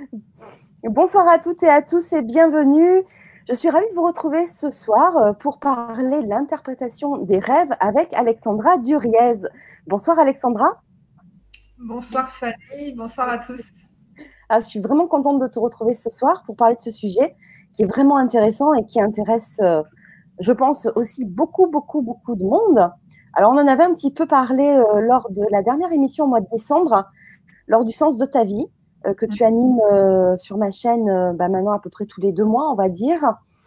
Bonsoir à toutes et à tous et bienvenue. Je suis ravie de vous retrouver ce soir pour parler de l'interprétation des rêves avec Alexandra Duriez. Bonsoir Alexandra. Bonsoir Fanny, bonsoir à tous. Je suis vraiment contente de te retrouver ce soir pour parler de ce sujet qui est vraiment intéressant et qui intéresse, je pense, aussi beaucoup de monde. Alors, on en avait un petit peu parlé lors de la dernière émission au mois de décembre, lors du sens de ta vie, que tu animes sur ma chaîne maintenant à peu près tous les 2 mois, on va dire.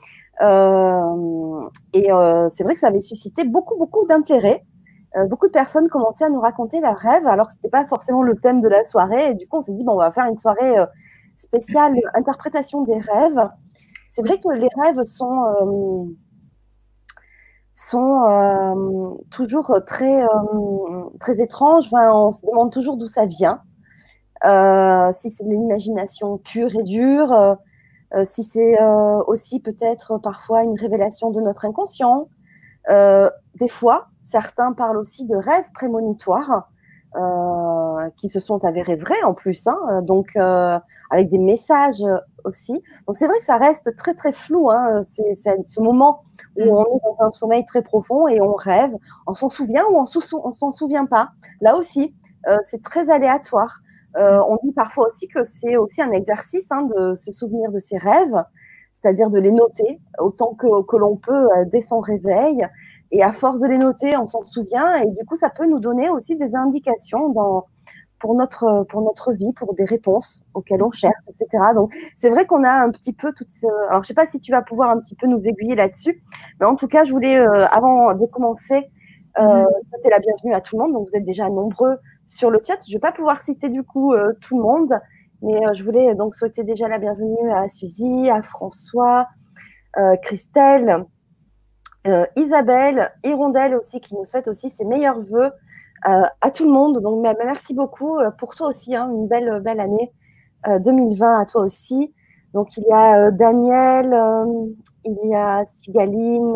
C'est vrai que ça avait suscité beaucoup d'intérêt. Beaucoup de personnes commençaient à nous raconter leurs rêves, alors que ce n'était pas forcément le thème de la soirée. Et du coup, on s'est dit, bon, on va faire une soirée spéciale interprétation des rêves. C'est vrai que les rêves sont toujours très étranges. Enfin, on se demande toujours d'où ça vient. Si c'est de l'imagination pure et dure, si c'est aussi peut-être parfois une révélation de notre inconscient. Des fois, certains parlent aussi de rêves prémonitoires qui se sont avérés vrais en plus, hein, donc avec des messages aussi. Donc c'est vrai que ça reste très flou, hein, c'est ce moment où on est dans un sommeil très profond et on rêve, on s'en souvient ou on s'en souvient pas. Là aussi, c'est très aléatoire. On dit parfois aussi que c'est aussi un exercice de se souvenir de ses rêves, c'est-à-dire de les noter autant que l'on peut dès son réveil. Et à force de les noter, on s'en souvient. Et du coup, ça peut nous donner aussi des indications pour notre vie, pour des réponses auxquelles on cherche, etc. Donc, c'est vrai qu'on a un petit peu toutes ces... Alors, je ne sais pas si tu vas pouvoir un petit peu nous aiguiller là-dessus. Mais en tout cas, je voulais, avant de commencer, souhaiter la bienvenue à tout le monde. Donc, vous êtes déjà nombreux sur le chat. Je ne vais pas pouvoir citer du coup tout le monde. Mais je voulais donc souhaiter déjà la bienvenue à Suzy, à François, Christelle, Isabelle, Hirondelle aussi, qui nous souhaite aussi ses meilleurs voeux à tout le monde. Donc, merci beaucoup pour toi aussi, hein, une belle année 2020 à toi aussi. Donc, il y a Daniel, il y a Sigaline,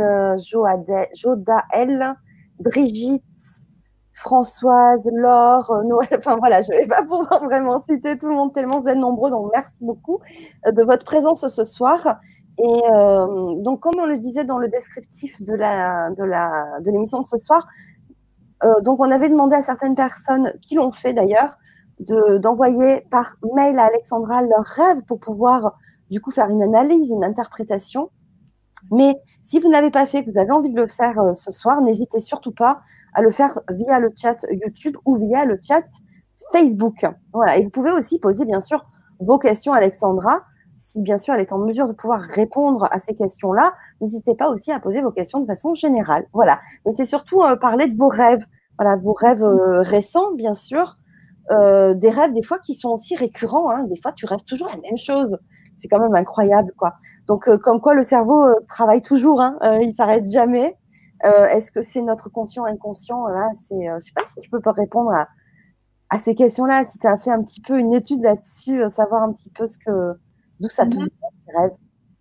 Jodaël, Brigitte, Françoise, Laure, Noël. Enfin voilà, je ne vais pas pouvoir vraiment citer tout le monde tellement vous êtes nombreux. Donc, merci beaucoup de votre présence ce soir. Et donc, comme on le disait dans le descriptif de l'émission de ce soir, donc on avait demandé à certaines personnes qui l'ont fait d'ailleurs d'envoyer par mail à Alexandra leurs rêves pour pouvoir du coup faire une analyse, une interprétation. Mais si vous n'avez pas fait, que vous avez envie de le faire ce soir, n'hésitez surtout pas à le faire via le chat YouTube ou via le chat Facebook. Voilà. Et vous pouvez aussi poser bien sûr vos questions à Alexandra. Si bien sûr elle est en mesure de pouvoir répondre à ces questions-là, n'hésitez pas aussi à poser vos questions de façon générale. Voilà. Mais c'est surtout parler de vos rêves. Voilà, vos rêves récents, bien sûr. Des rêves, des fois, qui sont aussi récurrents. Hein. Des fois, tu rêves toujours la même chose. C'est quand même incroyable, quoi. Donc, comme quoi le cerveau travaille toujours, hein, il s'arrête jamais. Est-ce que c'est notre conscient, inconscient? Là, je sais pas si tu peux pas répondre à ces questions-là, si tu as fait un petit peu une étude là-dessus, savoir un petit peu d'où ça peut venir, ces rêves.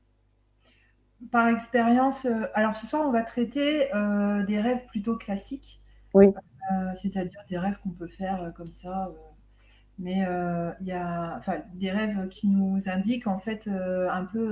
Par expérience, alors ce soir on va traiter des rêves plutôt classiques, Oui, c'est-à-dire des rêves qu'on peut faire comme ça, mais il y a enfin, des rêves qui nous indiquent en fait un peu,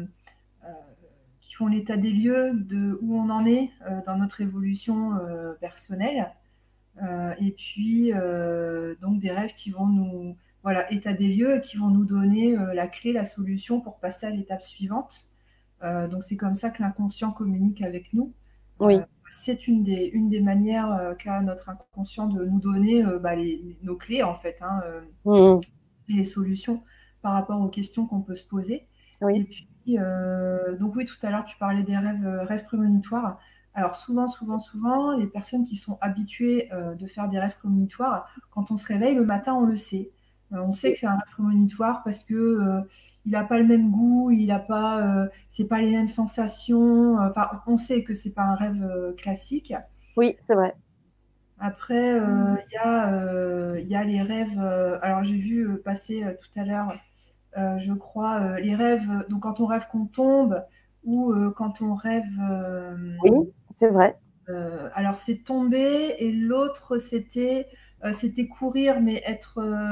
qui font l'état des lieux de où on en est dans notre évolution personnelle. Et puis, donc des rêves qui vont nous, voilà, état des lieux et qui vont nous donner la clé, la solution pour passer à l'étape suivante. Donc c'est comme ça que l'inconscient communique avec nous. oui, C'est une des manières qu'a notre inconscient de nous donner nos clés, en fait, hein, mmh, et les solutions par rapport aux questions qu'on peut se poser. oui, Et puis, donc oui, tout à l'heure, tu parlais des rêves prémonitoires. Alors souvent, les personnes qui sont habituées de faire des rêves prémonitoires, quand on se réveille le matin, on le sait. On sait que c'est un rêve prémonitoire parce que il n'a pas le même goût, il a pas, c'est pas les mêmes sensations. Enfin, on sait que c'est pas un rêve classique. oui, c'est vrai. Après, il y a les rêves. Alors, j'ai vu passer tout à l'heure, je crois, les rêves. Donc, quand on rêve qu'on tombe ou quand on rêve. Oui, c'est vrai. Alors, c'est tomber et l'autre, c'était courir, mais être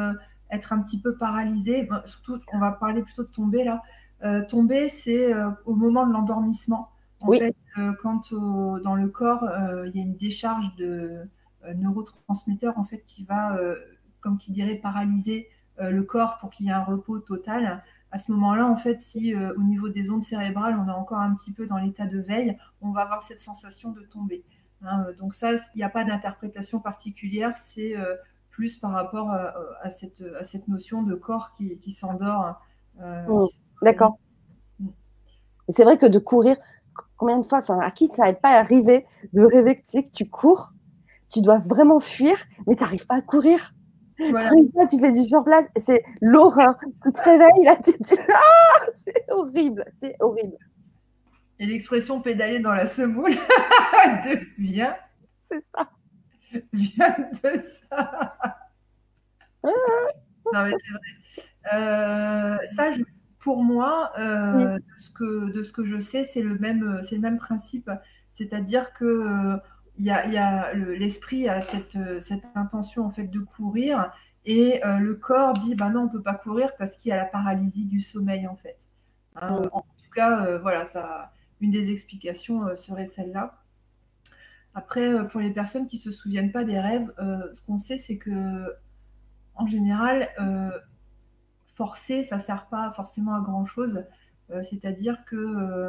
être un petit peu paralysé. Bon, surtout, on va parler plutôt de tomber là. Tomber, c'est au moment de l'endormissement. En Oui, fait, quand dans le corps, il y a une décharge de neurotransmetteurs en fait, qui va, comme qui dirait, paralyser le corps pour qu'il y ait un repos total. À ce moment-là, en fait, si au niveau des ondes cérébrales, on est encore un petit peu dans l'état de veille, on va avoir cette sensation de tomber. Hein, donc ça, il n'y a pas d'interprétation particulière, c'est plus par rapport à cette notion de corps qui s'endort. Qui d'accord. C'est vrai que de courir, combien de fois, enfin, à qui ça n'est pas arrivé de rêver que tu sais que tu cours, tu dois vraiment fuir, mais tu n'arrives pas à courir. voilà. T'arrives pas, tu fais du surplace, c'est l'horreur. Tu te réveilles, là, c'est horrible, c'est horrible. Et l'expression pédaler dans la semoule vient, C'est ça. vient de ça. Non, mais c'est vrai. Ça, pour moi, Oui, de ce que je sais, c'est le même principe. C'est-à-dire que l'esprit a cette intention en fait de courir et le corps dit bah non, on peut pas courir parce qu'il y a la paralysie du sommeil en fait. Hein, en tout cas, voilà, ça, une des explications serait celle-là. Après, pour les personnes qui se souviennent pas des rêves, ce qu'on sait, c'est que en général, forcer, ça ne sert pas forcément à grand chose. C'est-à-dire que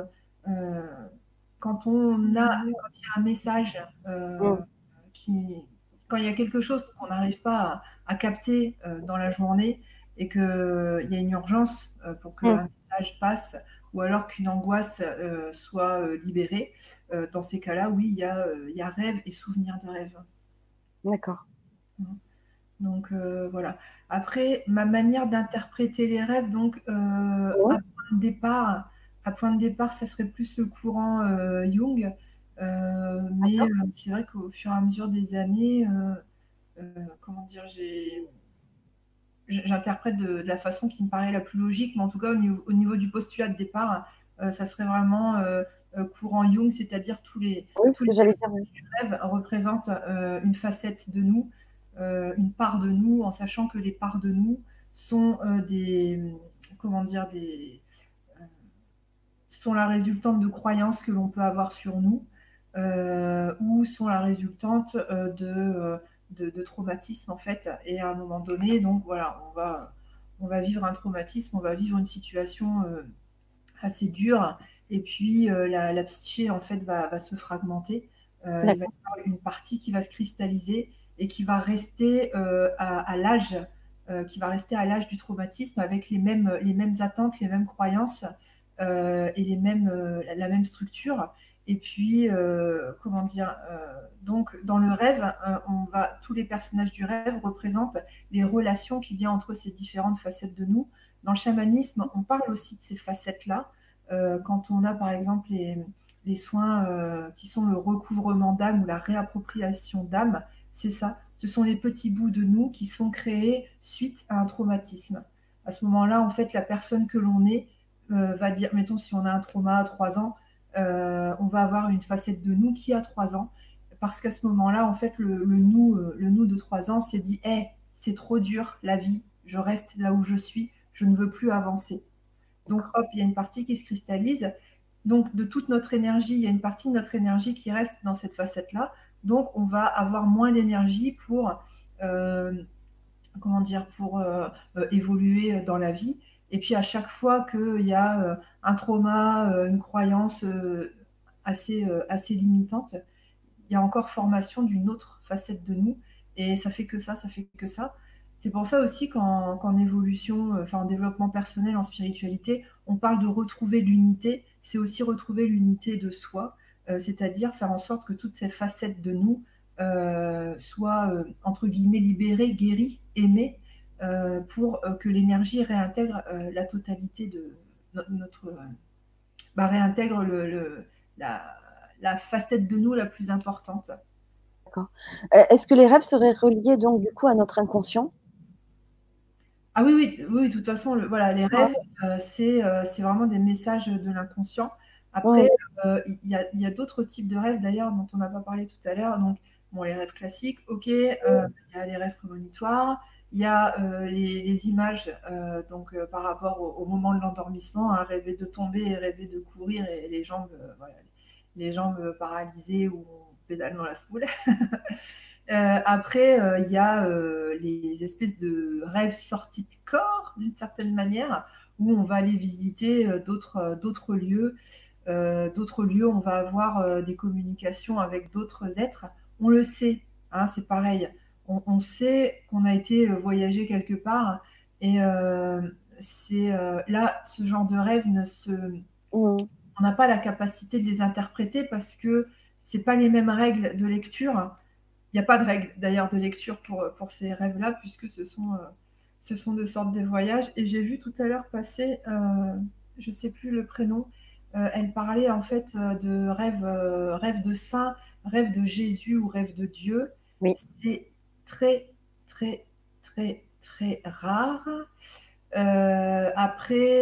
quand il y a un message, qui, quand il y a quelque chose qu'on n'arrive pas à capter dans la journée et qu'il y a une urgence pour qu'un message passe ou alors qu'une angoisse soit libérée, dans ces cas-là, oui, il y a rêve et souvenir de rêve. d'accord. Donc voilà. Après, ma manière d'interpréter les rêves, donc Oui, à point de départ, ça serait plus le courant Jung. Mais c'est vrai qu'au fur et à mesure des années, comment dire, j'interprète de la façon qui me paraît la plus logique, mais en tout cas au niveau du postulat de départ, ça serait vraiment courant Jung, c'est-à-dire oui, ce tous les que j'allais dire. Oui. rêves représentent une facette de nous, une part de nous, en sachant que les parts de nous sont comment dire, sont la résultante de croyances que l'on peut avoir sur nous, ou sont la résultante de traumatismes en fait. Et à un moment donné, donc voilà, on va vivre un traumatisme, on va vivre une situation assez dure, et puis la psyché en fait va se fragmenter. Il va y avoir une partie qui va se cristalliser et qui va rester à l'âge, qui va rester à l'âge du traumatisme avec les mêmes attentes, les mêmes croyances et la même structure. Et puis, comment dire, donc dans le rêve, tous les personnages du rêve représentent les relations qu'il y a entre ces différentes facettes de nous. Dans le chamanisme, on parle aussi de ces facettes-là. Quand on a par exemple les soins qui sont le recouvrement d'âme ou la réappropriation d'âme, c'est ça. Ce sont les petits bouts de nous qui sont créés suite à un traumatisme. À ce moment-là, en fait, la personne que l'on est va dire, mettons, si on a un trauma à 3 ans, on va avoir une facette de nous qui a 3 ans. Parce qu'à ce moment-là, en fait, le nous de 3 ans s'est dit, hey, c'est trop dur, la vie, je reste là où je suis, je ne veux plus avancer. Donc, hop, il y a une partie qui se cristallise. Donc, de toute notre énergie, il y a une partie de notre énergie qui reste dans cette facette-là. Donc, on va avoir moins d'énergie pour, comment dire, pour évoluer dans la vie. Et puis, à chaque fois qu'il y a un trauma, une croyance assez limitante, il y a encore formation d'une autre facette de nous. Et ça fait que ça, ça fait que ça. C'est pour ça aussi qu'en évolution, enfin en développement personnel, en spiritualité, on parle de retrouver l'unité. C'est aussi retrouver l'unité de soi, c'est-à-dire faire en sorte que toutes ces facettes de nous soient, entre guillemets, libérées, guéries, aimées, pour que l'énergie réintègre la totalité de notre... réintègre la, la facette de nous la plus importante. D'accord. Est-ce que les rêves seraient reliés donc du coup à notre inconscient? Ah oui, oui, oui, de toute façon, voilà, les rêves, c'est vraiment des messages de l'inconscient. Après, Oui, il y a d'autres types de rêves d'ailleurs dont on n'a pas parlé tout à l'heure. Donc, bon, les rêves classiques, ok, il y a les rêves prémonitoires, Il y a les images donc par rapport au moment de l'endormissement, hein, rêver de tomber et rêver de courir et les jambes, voilà, les jambes paralysées ou on pédale dans la semoule. Après, il y a les espèces de rêves sortis de corps, d'une certaine manière, où on va aller visiter d'autres lieux. D'autres lieux, on va avoir des communications avec d'autres êtres. On le sait, hein, c'est pareil. On sait qu'on a été voyager quelque part et c'est là, ce genre de rêve Mhm. on n'a pas la capacité de les interpréter parce que c'est pas les mêmes règles de lecture. Il n'y a pas de règles d'ailleurs de lecture pour ces rêves-là, puisque ce sont deux sortes de voyages. Et j'ai vu tout à l'heure passer, je ne sais plus le prénom, elle parlait en fait de rêve de saint, rêve de Jésus ou rêve de Dieu. Oui. C'est très, très, très, très rare. Après,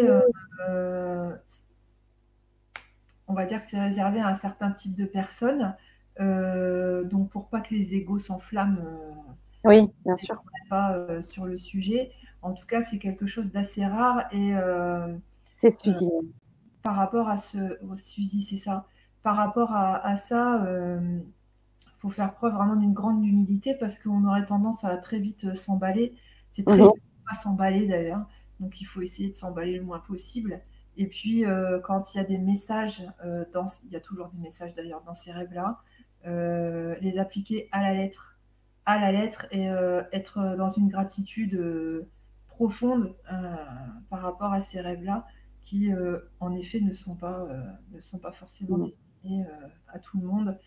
on va dire que c'est réservé à un certain type de personnes. Donc, pour pas que les égos s'enflamment, Oui, bien sûr. pas sur le sujet. En tout cas, c'est quelque chose d'assez rare et C'est Suzy. par rapport à Suzy, c'est ça. Par rapport à ça, faut faire preuve vraiment d'une grande humilité parce qu'on aurait tendance à très vite s'emballer. C'est très dur Mhm. de pas s'emballer d'ailleurs, donc il faut essayer de s'emballer le moins possible. Et puis quand il y a des messages, il y a toujours des messages d'ailleurs dans ces rêves-là, les appliquer à la lettre et être dans une gratitude profonde par rapport à ces rêves-là qui en effet ne sont pas forcément Mhm. destinés à tout le monde.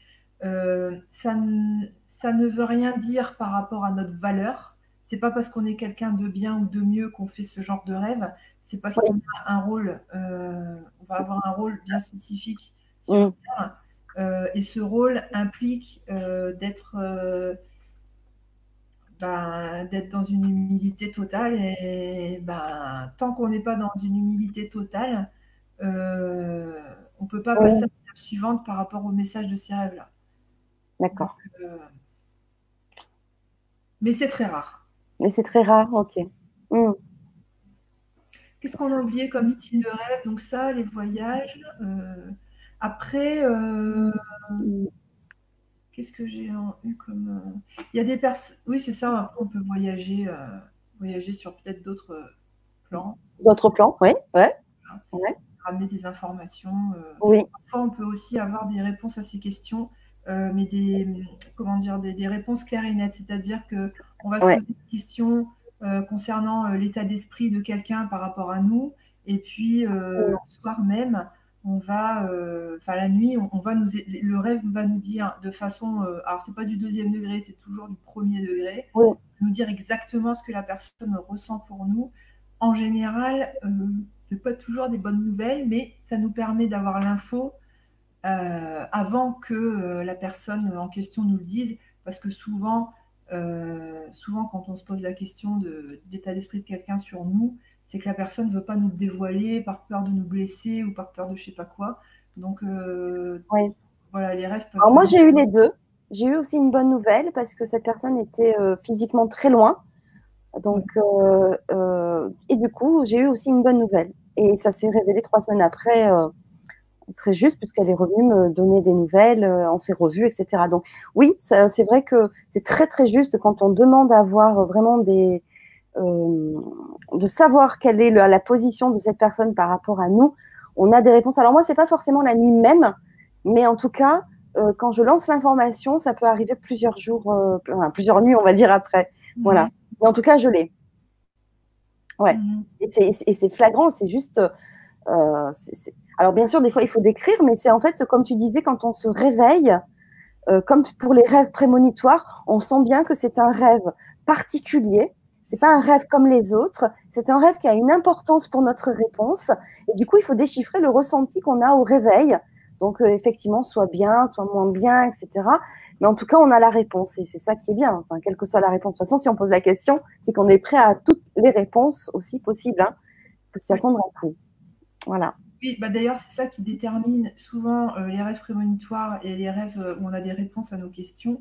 Ça ne veut rien dire par rapport à notre valeur. C'est pas parce qu'on est quelqu'un de bien ou de mieux qu'on fait ce genre de rêve. C'est parce Oui. qu'on a un rôle, on va avoir un rôle bien spécifique sur Mhm. Terre. Et ce rôle implique d'être dans une humilité totale. Et ben, tant qu'on n'est pas dans une humilité totale, on ne peut pas passer à Oui. l'étape suivante par rapport au message de ces rêves-là. Donc, D'accord. mais c'est très rare. Mais c'est très rare, ok. Mhm. Qu'est-ce qu'on a oublié comme style de rêve? Donc ça, les voyages. Après, Mhm. qu'est-ce que j'ai eu comme... Il y a des personnes... Oui, c'est ça. Après, on peut voyager sur peut-être d'autres plans, D'autres plans, oui, ouais, hein, ouais. ramener des informations. Oui, Parfois, on peut aussi avoir des réponses à ces questions, mais comment dire, des réponses claires et nettes. C'est-à-dire que on va se ouais. poser des questions concernant l'état d'esprit de quelqu'un par rapport à nous, et puis le Mhm. soir même, enfin la nuit, le rêve va nous dire de façon, alors c'est pas du deuxième degré, c'est toujours du premier degré, Oui, nous dire exactement ce que la personne ressent pour nous. En général, c'est pas toujours des bonnes nouvelles, mais ça nous permet d'avoir l'info avant que la personne en question nous le dise, parce que souvent quand on se pose la question de l'état d'esprit de quelqu'un sur nous, c'est que la personne ne veut pas nous le dévoiler par peur de nous blesser ou par peur de je sais pas quoi. Donc oui. voilà, les rêves peuvent Alors moi, venir. j'ai eu les deux. J'ai eu aussi une bonne nouvelle parce que cette personne était physiquement très loin. Ouais. Donc, et du coup, j'ai eu aussi une bonne nouvelle. Et ça s'est révélé 3 semaines après, très juste, puisqu'elle est revenue me donner des nouvelles, on s'est revus, etc. Donc, oui, c'est vrai que c'est très, très juste quand on demande à avoir vraiment de savoir quelle est la position de cette personne par rapport à nous. On a des réponses. Alors, moi, c'est pas forcément la nuit même, mais en tout cas, quand je lance l'information, ça peut arriver plusieurs jours, plusieurs nuits, on va dire après. Voilà. Ouais. Mais en tout cas, je l'ai. Ouais. Mhm. Et c'est flagrant, c'est juste. Alors, bien sûr, des fois, il faut décrire, mais c'est en fait, comme tu disais, quand on se réveille, comme pour les rêves prémonitoires, on sent bien que c'est un rêve particulier. C'est C'est pas ça. un rêve comme les autres. C'est un rêve qui a une importance pour notre réponse. Et du coup, il faut déchiffrer le ressenti qu'on a au réveil. Donc, effectivement, soit bien, soit moins bien, etc. Mais en tout cas, on a la réponse. Et c'est ça qui est bien. Enfin, quelle que soit la réponse. De toute façon, si on pose la question, c'est qu'on est prêt à toutes les réponses aussi possibles. Hein. Il faut s'y Oui. attendre un coup. Voilà. Oui, bah d'ailleurs, c'est ça qui détermine souvent les rêves prémonitoires et les rêves où on a des réponses à nos questions.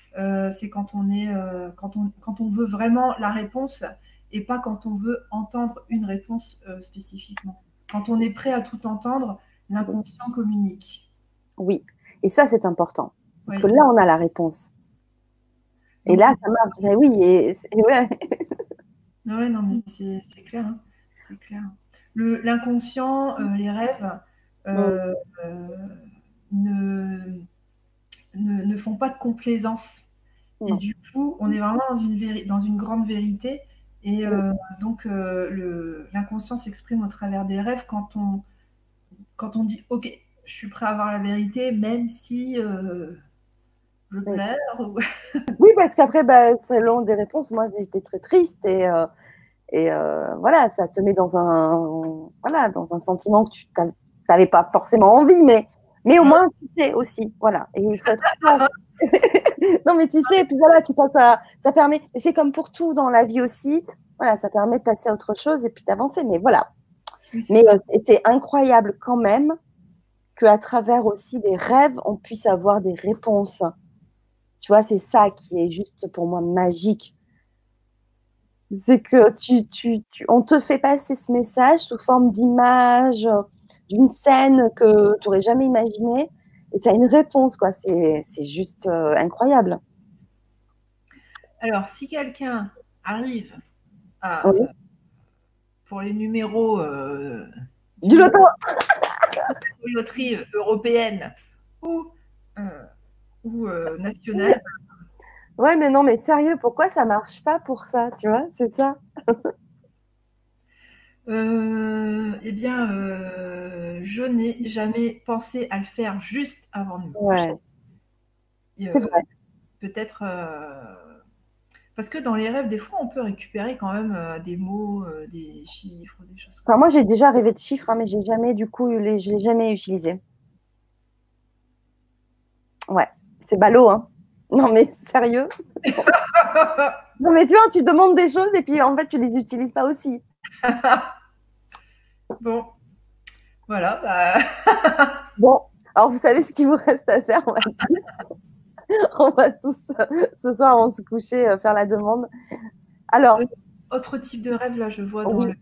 c'est quand on est, quand on veut vraiment la réponse et pas quand on veut entendre une réponse spécifiquement. Quand on est prêt à tout entendre, l'inconscient communique. Oui, et ça, c'est important. Parce que Oui. là, on a la réponse. Et Donc là, ça marche. Ben oui, et ouais. ouais, non, mais c'est clair. Hein. C'est clair. L'inconscient, les rêves euh, euh, ne, ne font pas de complaisance. Et Non. du coup, on est vraiment dans une grande vérité. Et Oui, donc, l'inconscient s'exprime au travers des rêves quand on dit OK, je suis prêt à voir la vérité, même si je oui. pleure. Oui, parce qu'après, bah, selon des réponses, moi, j'étais très triste et voilà, ça te met voilà, dans un sentiment que tu n'avais pas forcément envie, mais au moins, tu sais aussi. Voilà. Et il faut être franc. Non, mais tu sais, et puis voilà, ça permet, et c'est comme pour tout dans la vie aussi, voilà, ça permet de passer à autre chose et puis d'avancer. Mais voilà. Oui, c'est Mais ça. c'est incroyable quand même qu'à travers aussi les rêves, on puisse avoir des réponses. Tu vois, c'est ça qui est juste pour moi magique. C'est que on te fait passer ce message sous forme d'image, d'une scène que tu n'aurais jamais imaginée, et tu as une réponse, quoi. C'est juste incroyable. Alors, si quelqu'un arrive à, Oui. pour les numéros Du d'une loto. loterie européenne ou, euh, ou nationale, Ouais, mais non, mais sérieux, pourquoi ça marche pas pour ça, tu vois? C'est ça. eh bien, je n'ai jamais pensé à le faire juste avant de me coucher. Ouais, Et, c'est vrai. peut-être parce que dans les rêves, des fois, on peut récupérer quand même des mots, des chiffres, des choses Enfin, comme moi, ça. j'ai déjà rêvé de chiffres, hein, mais j'ai jamais, du coup, je l'ai jamais utilisé. Ouais, c'est ballot, hein. Non, mais sérieux. Non, mais tu vois, tu demandes des choses et puis en fait, tu les utilises pas aussi. Bon, voilà. Bah, Bon, alors vous savez ce qu'il vous reste à faire. On va tous ce soir, on se coucher, faire la demande. euh, Alors, autre type de rêve, là, je vois dans oui, le.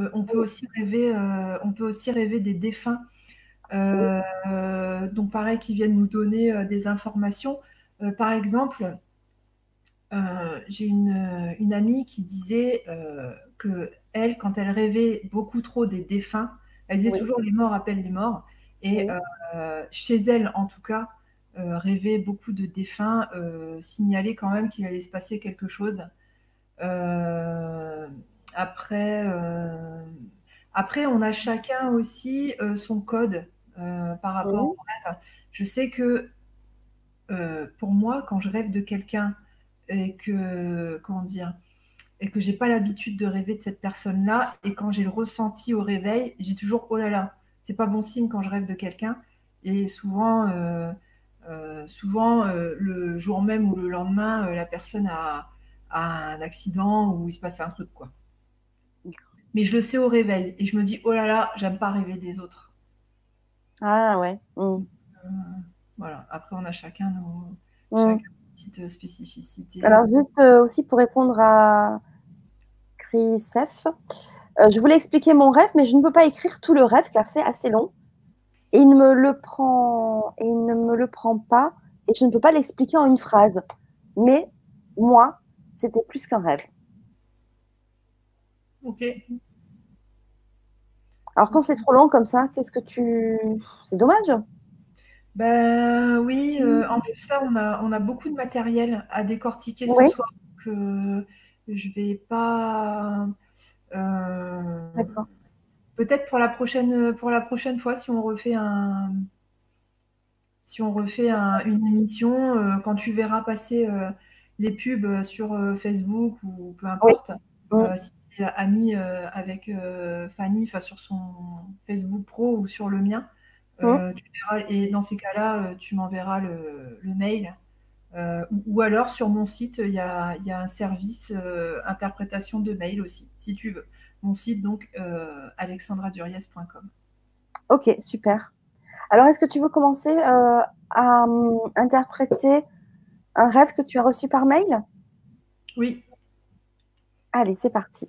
On peut aussi rêver des défunts. oui, Donc, pareil, qui viennent nous donner des informations. Par exemple, j'ai une amie qui disait que elle, quand elle rêvait beaucoup trop des défunts, elle disait oui, toujours les morts appellent les morts. Et oui, chez elle, en tout cas, rêver beaucoup de défunts signalait quand même qu'il allait se passer quelque chose. Euh, après, euh, après, on a chacun aussi son code par rapport oui, au rêve. Je sais que pour moi, quand je rêve de quelqu'un et que, comment dire, et que j'ai pas l'habitude de rêver de cette personne-là, et quand j'ai le ressenti au réveil, j'ai toujours oh là là, c'est pas bon signe quand je rêve de quelqu'un. Et souvent le jour même ou le lendemain, la personne a un accident ou il se passe un truc quoi. Mais je le sais au réveil et je me dis oh là là, j'aime pas rêver des autres. ah ouais. Euh, voilà. Après on a Mm. chacun nos petites spécificités. Alors, juste aussi pour répondre à Chrisef, je voulais expliquer mon rêve, mais je ne peux pas écrire tout le rêve car c'est assez long. Et il ne me le prend pas, et je ne peux pas l'expliquer en une phrase. Mais moi, c'était plus qu'un rêve. Ok. Alors quand Ok. c'est trop long comme ça, qu'est-ce que tu... C'est dommage. Ben oui, en plus là, on a beaucoup de matériel à décortiquer ce Oui, soir, donc je vais pas. euh, d'accord. Peut-être pour la prochaine fois, si on refait une émission, quand tu verras passer les pubs sur Facebook ou peu Oui. importe, Mm. si tu es ami avec Fanny, enfin sur son Facebook pro ou sur le mien, Mm. tu verras, et dans ces cas-là, tu m'enverras le mail. Ou alors sur mon site, il y a un service interprétation de mail aussi, si tu veux. Mon site, donc, alexandraduriez.com. Ok, super. Alors, est-ce que tu veux commencer à interpréter Un rêve que tu as reçu par mail? Oui. Allez, c'est parti.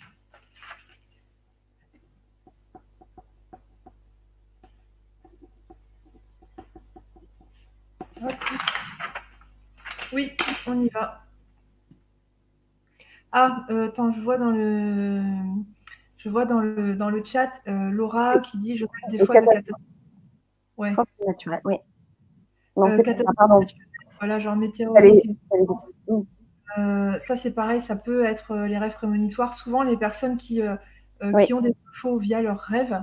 Oui, on y va. Ah, attends, je vois dans le chat Laura qui dit je rêve des Et fois de catastrophes. Ouais. naturel, oui. Non, c'est pas ça, Catastrophes pardon. naturelles, voilà, genre Allez, météorite. allez, Ça, c'est pareil, ça peut être les rêves prémonitoires. Souvent, les personnes oui, qui ont des infos via leurs rêves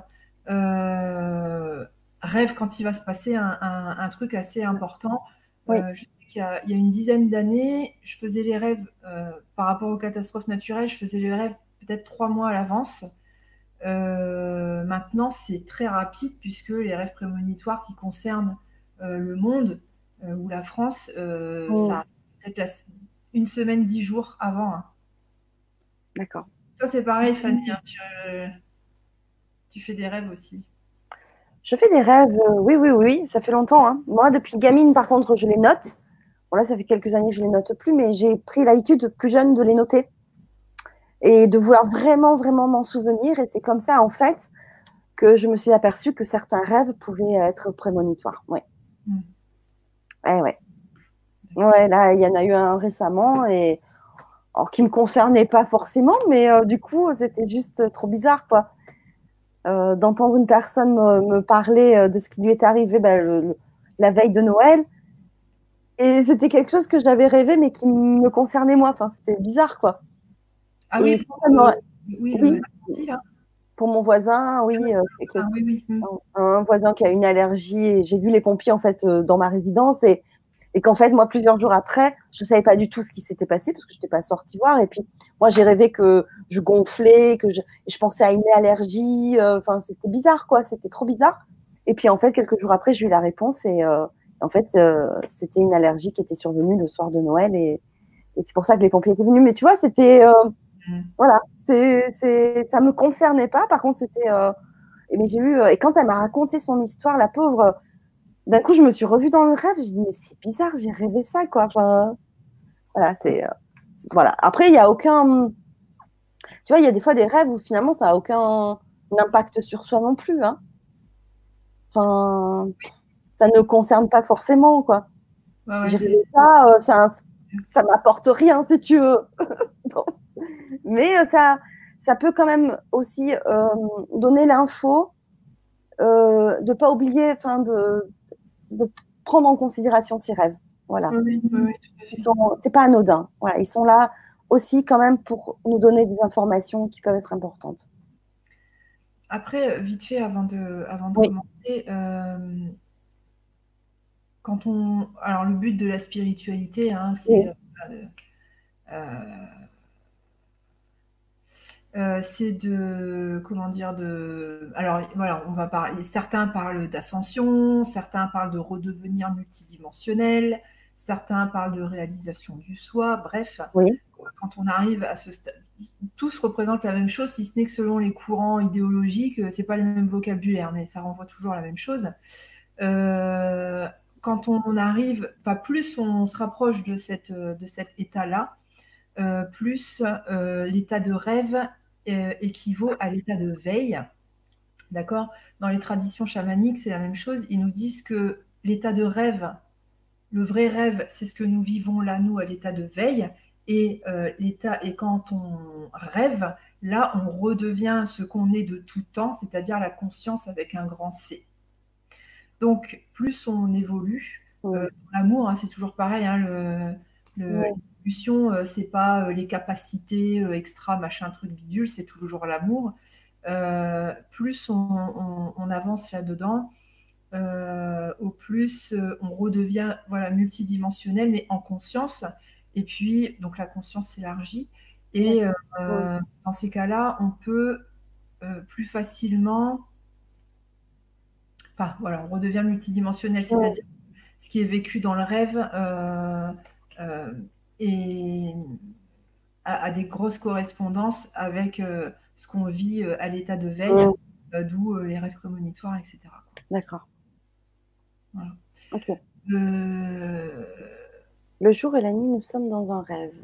rêvent quand il va se passer un truc assez important. oui, Je sais il y a une dizaine d'années, je faisais les rêves par rapport aux catastrophes naturelles, je faisais les rêves peut-être 3 mois à l'avance. Maintenant, c'est très rapide puisque les rêves prémonitoires qui concernent le monde ou la France, ça arrive peut-être une semaine, 10 jours avant, hein. d'accord. Toi, c'est pareil, Fanny, hein, tu fais des rêves aussi. Je fais des rêves, oui, oui, oui, ça fait longtemps, hein. Moi, depuis gamine, par contre, je les note. Bon, là, ça fait quelques années que je les note plus, mais j'ai pris l'habitude, plus jeune, de les noter et de vouloir vraiment, vraiment m'en souvenir. Et c'est comme ça, en fait, que je me suis aperçue que certains rêves pouvaient être prémonitoires. Ouais. Mm. Ouais. Ouais, là, il y en a eu un récemment, et alors qui me concernait pas forcément, mais du coup, c'était juste trop bizarre, quoi. D'entendre une personne me parler de ce qui lui est arrivé la veille de Noël. Et c'était quelque chose que j'avais rêvé, mais qui me concernait moi. Enfin, c'était bizarre, quoi. Ah Et oui, oui, oui, l'incendie, là. pour mon voisin, oui, Ah oui, oui. Mm. un voisin qui a une allergie. Et j'ai vu les pompiers, en fait, dans ma résidence. Et qu'en fait, moi, plusieurs jours après, je ne savais pas du tout ce qui s'était passé parce que je n'étais pas sortie voir. Et puis, moi, j'ai rêvé que je gonflais, je pensais à une allergie. Enfin, c'était bizarre, quoi. C'était trop bizarre. Et puis, en fait, quelques jours après, j'ai eu la réponse. Et en fait, c'était une allergie qui était survenue le soir de Noël. Et c'est pour ça que les pompiers étaient venus. Mais tu vois, c'était. Mm. Voilà. Ça ne me concernait pas. Par contre, c'était. Mais j'ai eu. Et quand elle m'a raconté son histoire, la pauvre, d'un coup, je me suis revue dans le rêve. Je dis, mais c'est bizarre, j'ai rêvé ça, quoi. Enfin, voilà, voilà. Après, il n'y a aucun. Tu vois, il y a des fois des rêves où finalement, ça n'a aucun impact sur soi non plus, hein. Enfin, ça ne concerne pas forcément, quoi. Ouais, ouais, J'ai rêvé ça, ça m'apporte rien, si tu veux. Mais ça peut quand même aussi donner l'info de ne pas oublier, enfin, de prendre en considération ses rêves. Voilà. oui, oui, oui, tout à fait. C'est pas anodin. Voilà, ils sont là aussi quand même pour nous donner des informations qui peuvent être importantes. Après, vite fait, avant de Oui, commencer, alors le but de la spiritualité, hein, oui, euh, c'est de, comment dire, alors voilà, on va parler, certains parlent d'ascension, certains parlent de redevenir multidimensionnel, certains parlent de réalisation du soi, bref, oui, quand on arrive à ce stade, tous représentent la même chose, si ce n'est que selon les courants idéologiques, c'est pas le même vocabulaire, mais ça renvoie toujours à la même chose. Euh, Quand on arrive, pas plus on se rapproche de cet état-là, plus l'état de rêve équivaut à l'état de veille. D'accord. Dans les traditions chamaniques, c'est la même chose. Ils nous disent que l'état de rêve, le vrai rêve, c'est ce que nous vivons là, nous, à l'état de veille. Et quand on rêve, là, on redevient ce qu'on est de tout temps, c'est-à-dire la conscience avec un grand C. Donc, plus on évolue, oui, l'amour, hein, c'est toujours pareil, hein, oui, l'évolution, c'est pas les capacités extra, machin, truc bidule, c'est toujours l'amour. Plus on avance là-dedans, au plus on redevient voilà, multidimensionnel, mais en conscience. Et puis, donc la conscience s'élargit. Et oui, dans ces cas-là, on peut plus facilement, enfin voilà, on redevient multidimensionnel, oui, c'est-à-dire ce qui est vécu dans le rêve euh, et a des grosses correspondances avec ce qu'on vit à l'état de veille, oui. d'où les rêves prémonitoires, etc., quoi. D'accord. Voilà. Ok. Euh, Le jour et la nuit, nous sommes dans un rêve.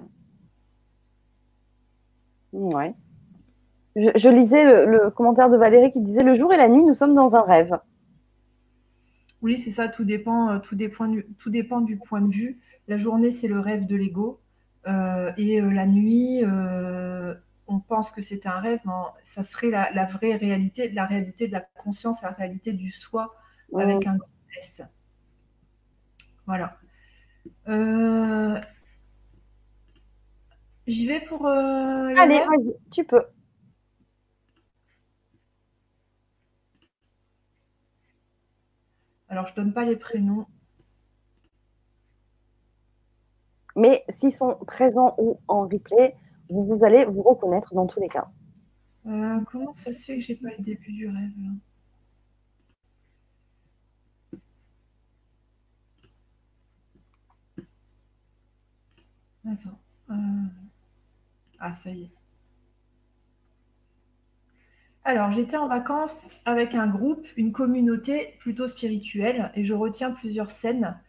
Ouais. Je lisais le commentaire de Valérie qui disait « Le jour et la nuit, nous sommes dans un rêve ». Oui, c'est ça, tout dépend, tout dépend du point de vue. La journée, c'est le rêve de l'ego. Et la nuit, on pense que c'est un rêve, mais ça serait la vraie réalité, la réalité de la conscience, la réalité du soi avec un grand S. Voilà. J'y vais pour les Allez, rêves. vas-y, tu peux. Alors, je donne pas les prénoms. Mais s'ils sont présents ou en replay, vous allez vous reconnaître dans tous les cas. Comment ça se fait que j'ai pas le début du rêve là? Attends. Ah, ça y est. Alors, j'étais en vacances avec un groupe, une communauté plutôt spirituelle, et je retiens plusieurs scènes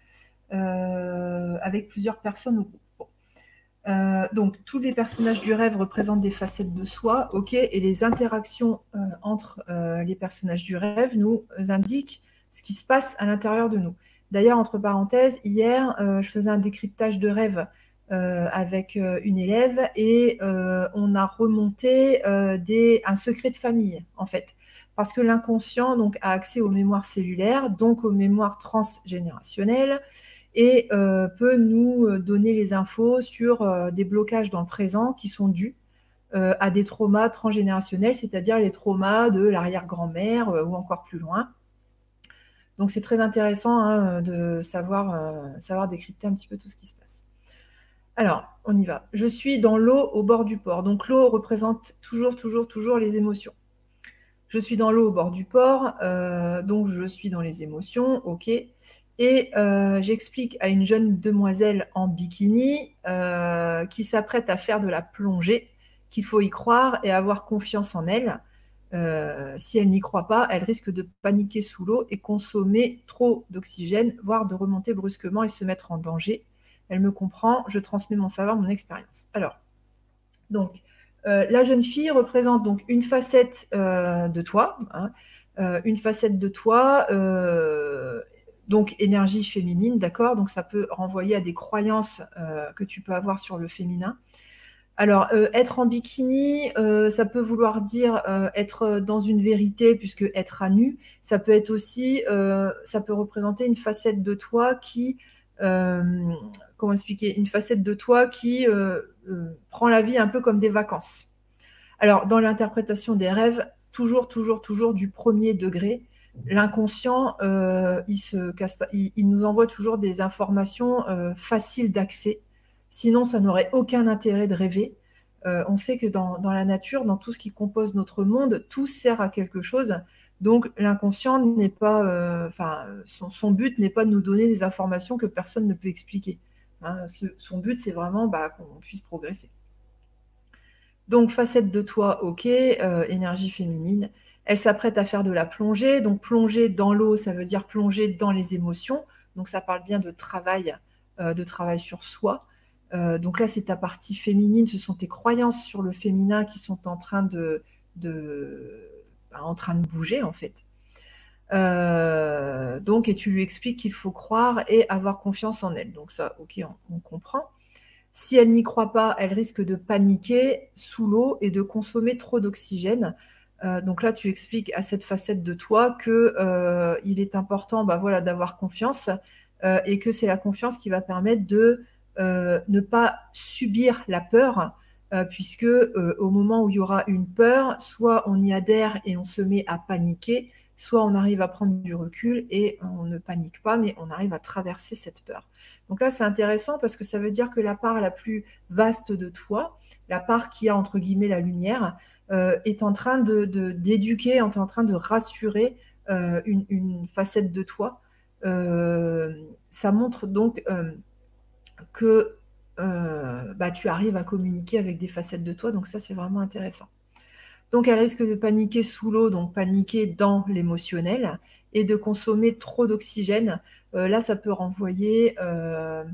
avec plusieurs personnes au groupe. Bon. Donc, tous les personnages du rêve représentent des facettes de soi, ok, et les interactions entre les personnages du rêve nous indiquent ce qui se passe à l'intérieur de nous. D'ailleurs, entre parenthèses, hier, je faisais un décryptage de rêve avec une élève et on a remonté un secret de famille, en fait. Parce que l'inconscient donc, a accès aux mémoires cellulaires, donc aux mémoires transgénérationnelles, et peut nous donner les infos sur des blocages dans le présent qui sont dus à des traumas transgénérationnels, c'est-à-dire les traumas de l'arrière-grand-mère ou encore plus loin. Donc c'est très intéressant hein, de savoir décrypter un petit peu tout ce qui se passe. Alors, on y va. Je suis dans l'eau au bord du port. Donc l'eau représente toujours les émotions. Je suis dans l'eau au bord du port, donc je suis dans les émotions, ok. Et j'explique à une jeune demoiselle en bikini qui s'apprête à faire de la plongée qu'il faut y croire et avoir confiance en elle. Si elle n'y croit pas, elle risque de paniquer sous l'eau et consommer trop d'oxygène, voire de remonter brusquement et se mettre en danger. Elle me comprend, je transmets mon savoir, mon expérience. Alors, donc, la jeune fille représente donc une facette de toi, hein, une facette de toi, donc énergie féminine, d'accord. Donc ça peut renvoyer à des croyances que tu peux avoir sur le féminin. Alors, être en bikini, ça peut vouloir dire être dans une vérité, puisque être à nu, ça peut être aussi, ça peut représenter une facette de toi qui, comment expliquer, une facette de toi qui prend la vie un peu comme des vacances. Alors, dans l'interprétation des rêves, toujours du premier degré, l'inconscient, il nous envoie toujours des informations faciles d'accès. Sinon, ça n'aurait aucun intérêt de rêver. On sait que dans la nature, dans tout ce qui compose notre monde, tout sert à quelque chose. Donc, l'inconscient n'est pas, son but n'est pas de nous donner des informations que personne ne peut expliquer. Hein, son but, c'est vraiment qu'on puisse progresser. Donc, facette de toi, ok, énergie féminine. Elle s'apprête à faire de la plongée. Donc, plonger dans l'eau, ça veut dire plonger dans les émotions. Donc, ça parle bien de travail sur soi. Donc là, c'est ta partie féminine. Ce sont tes croyances sur le féminin qui sont en train de bouger, en fait. Donc, et tu lui expliques qu'il faut croire et avoir confiance en elle. Donc ça, ok, on comprend. Si elle n'y croit pas, elle risque de paniquer sous l'eau et de consommer trop d'oxygène. Donc là, tu expliques à cette facette de toi que il est important d'avoir confiance et que c'est la confiance qui va permettre de ne pas subir la peur, puisque au moment où il y aura une peur, soit on y adhère et on se met à paniquer, soit on arrive à prendre du recul et on ne panique pas, mais on arrive à traverser cette peur. Donc là, c'est intéressant parce que ça veut dire que la part la plus vaste de toi, la part qui a entre guillemets la lumière, est en train d'éduquer, est en train de rassurer une facette de toi. Ça montre donc que tu arrives à communiquer avec des facettes de toi, donc ça, c'est vraiment intéressant. Donc, elle risque de paniquer sous l'eau, donc paniquer dans l'émotionnel, et de consommer trop d'oxygène. Là, ça peut renvoyer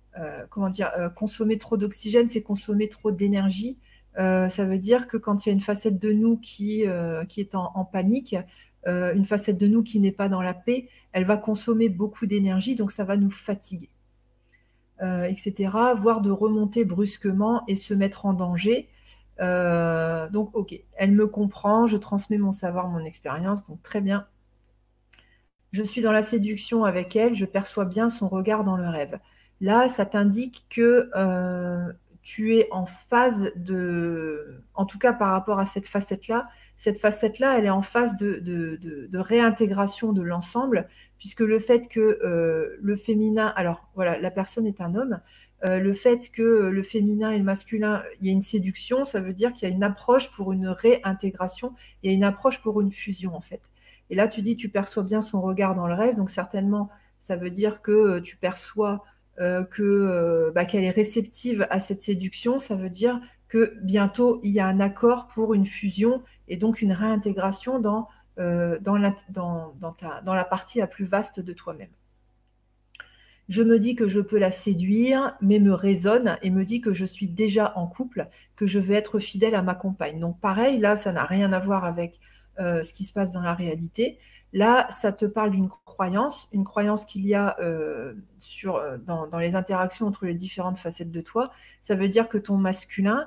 comment dire, consommer trop d'oxygène, c'est consommer trop d'énergie. Ça veut dire que quand il y a une facette de nous qui est en panique, une facette de nous qui n'est pas dans la paix, elle va consommer beaucoup d'énergie, donc ça va nous fatiguer, etc., voire de remonter brusquement et se mettre en danger. Donc, ok, elle me comprend, je transmets mon savoir, mon expérience, donc très bien. Je suis dans la séduction avec elle, je perçois bien son regard dans le rêve. Là, ça t'indique que tu es en phase de, en tout cas par rapport à cette facette-là, elle est en phase de réintégration de l'ensemble, puisque le fait que le féminin, alors voilà, la personne est un homme, le fait que le féminin et le masculin, il y a une séduction, ça veut dire qu'il y a une approche pour une réintégration, il y a une approche pour une fusion en fait. Et là, tu dis, tu perçois bien son regard dans le rêve, donc certainement, ça veut dire que tu perçois qu'elle est réceptive à cette séduction, ça veut dire que bientôt, il y a un accord pour une fusion et donc une réintégration dans la partie la plus vaste de toi-même. Je me dis que je peux la séduire, mais me raisonne et me dit que je suis déjà en couple, que je vais être fidèle à ma compagne. Donc pareil, là, ça n'a rien à voir avec ce qui se passe dans la réalité. Là, ça te parle d'une croyance, une croyance qu'il y a dans les interactions entre les différentes facettes de toi. Ça veut dire que ton masculin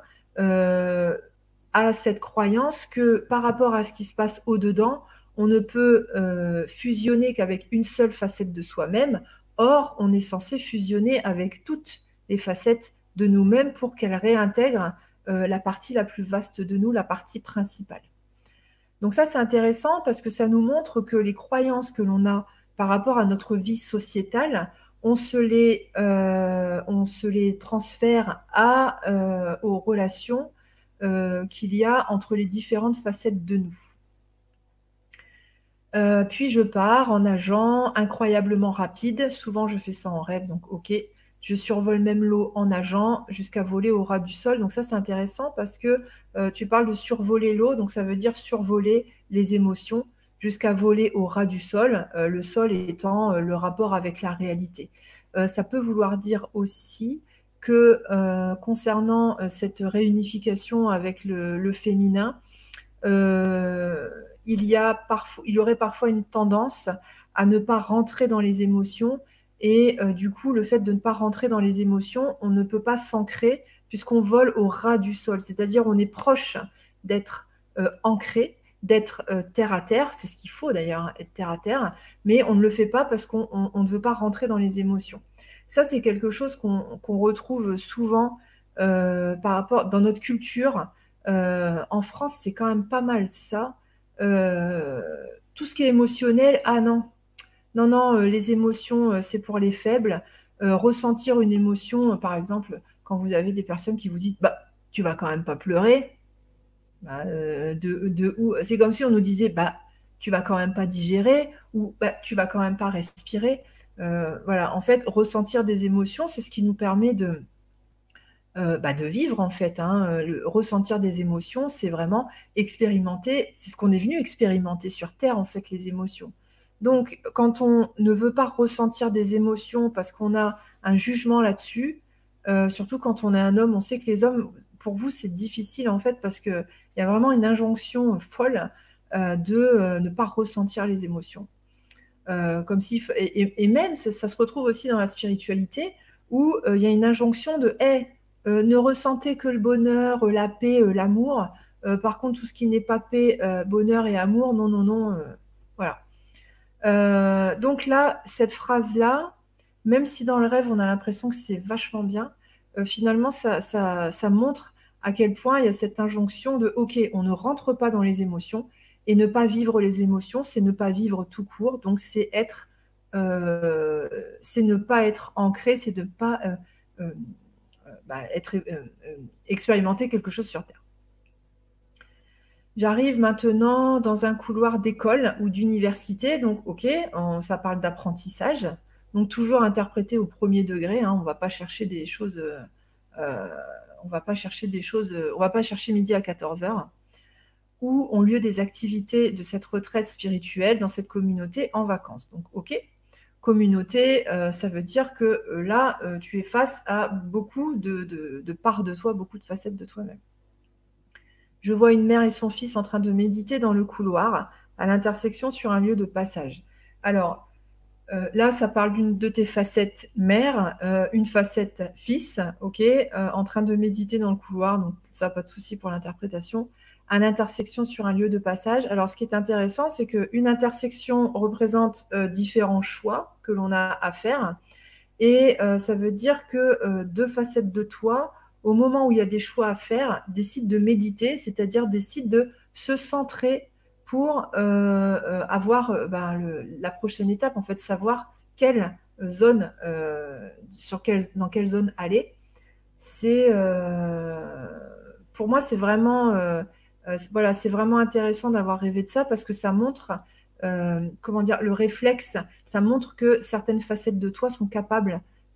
a cette croyance que par rapport à ce qui se passe au-dedans, on ne peut fusionner qu'avec une seule facette de soi-même. Or, on est censé fusionner avec toutes les facettes de nous-mêmes pour qu'elles réintègrent la partie la plus vaste de nous, la partie principale. Donc ça, c'est intéressant parce que ça nous montre que les croyances que l'on a par rapport à notre vie sociétale, on se les transfère aux relations qu'il y a entre les différentes facettes de nous. Puis je pars en nageant incroyablement rapide. Souvent, je fais ça en rêve, donc ok. Je survole même l'eau en nageant jusqu'à voler au ras du sol. Donc ça, c'est intéressant parce que tu parles de survoler l'eau, donc ça veut dire survoler les émotions jusqu'à voler au ras du sol, le sol étant le rapport avec la réalité. Ça peut vouloir dire aussi que concernant cette réunification avec le féminin, il y aurait parfois une tendance à ne pas rentrer dans les émotions et du coup, le fait de ne pas rentrer dans les émotions, on ne peut pas s'ancrer puisqu'on vole au ras du sol, c'est-à-dire on est proche d'être ancré, d'être terre à terre, c'est ce qu'il faut d'ailleurs, hein, être terre à terre, mais on ne le fait pas parce qu'on ne veut pas rentrer dans les émotions. Ça, c'est quelque chose qu'on retrouve souvent par rapport dans notre culture. En France, c'est quand même pas mal ça. Tout ce qui est émotionnel, ah non, non, non, les émotions, c'est pour les faibles. Ressentir une émotion, par exemple, quand vous avez des personnes qui vous disent, bah, tu vas quand même pas pleurer. Bah, où c'est comme si on nous disait, bah, tu vas quand même pas digérer ou bah, tu vas quand même pas respirer. Voilà, en fait, ressentir des émotions, c'est ce qui nous permet de vivre en fait. Hein. Ressentir des émotions, c'est vraiment expérimenter, c'est ce qu'on est venu expérimenter sur Terre en fait, les émotions. Donc quand on ne veut pas ressentir des émotions parce qu'on a un jugement là-dessus, surtout quand on est un homme, on sait que les hommes, pour vous c'est difficile en fait parce qu'il y a vraiment une injonction folle de ne pas ressentir les émotions. Comme si, et même ça se retrouve aussi dans la spiritualité où il y a une injonction de hey, ne ressentez que le bonheur, la paix, l'amour. Par contre, tout ce qui n'est pas paix, bonheur et amour, non, non, non. Voilà. Donc là, cette phrase-là, même si dans le rêve, on a l'impression que c'est vachement bien, finalement, ça montre à quel point il y a cette injonction de OK, on ne rentre pas dans les émotions. Et ne pas vivre les émotions, c'est ne pas vivre tout court. Donc, c'est ne pas être ancré, c'est de ne pas expérimenter quelque chose sur Terre. J'arrive maintenant dans un couloir d'école ou d'université. Donc, ok, ça parle d'apprentissage. Donc, toujours interprété au premier degré. Hein, on ne va pas chercher des choses. On va pas chercher midi à 14h. Où ont lieu des activités de cette retraite spirituelle dans cette communauté en vacances. Donc, ok, communauté, ça veut dire que là, tu es face à beaucoup de parts de toi, beaucoup de facettes de toi-même. Je vois une mère et son fils en train de méditer dans le couloir, à l'intersection sur un lieu de passage. Alors, là, ça parle d'une de tes facettes mère, une facette fils, ok, en train de méditer dans le couloir, donc ça, pas de souci pour l'interprétation, à l'intersection sur un lieu de passage. Alors, ce qui est intéressant, c'est qu'une intersection représente différents choix que l'on a à faire, et ça veut dire que deux facettes de toi, au moment où il y a des choix à faire, décident de méditer, c'est-à-dire décident de se centrer pour avoir la prochaine étape, en fait, savoir quelle zone, dans quelle zone aller. C'est, pour moi, c'est vraiment, voilà, c'est vraiment intéressant d'avoir rêvé de ça parce que ça montre, comment dire, le réflexe, ça montre que certaines facettes de toi sont capables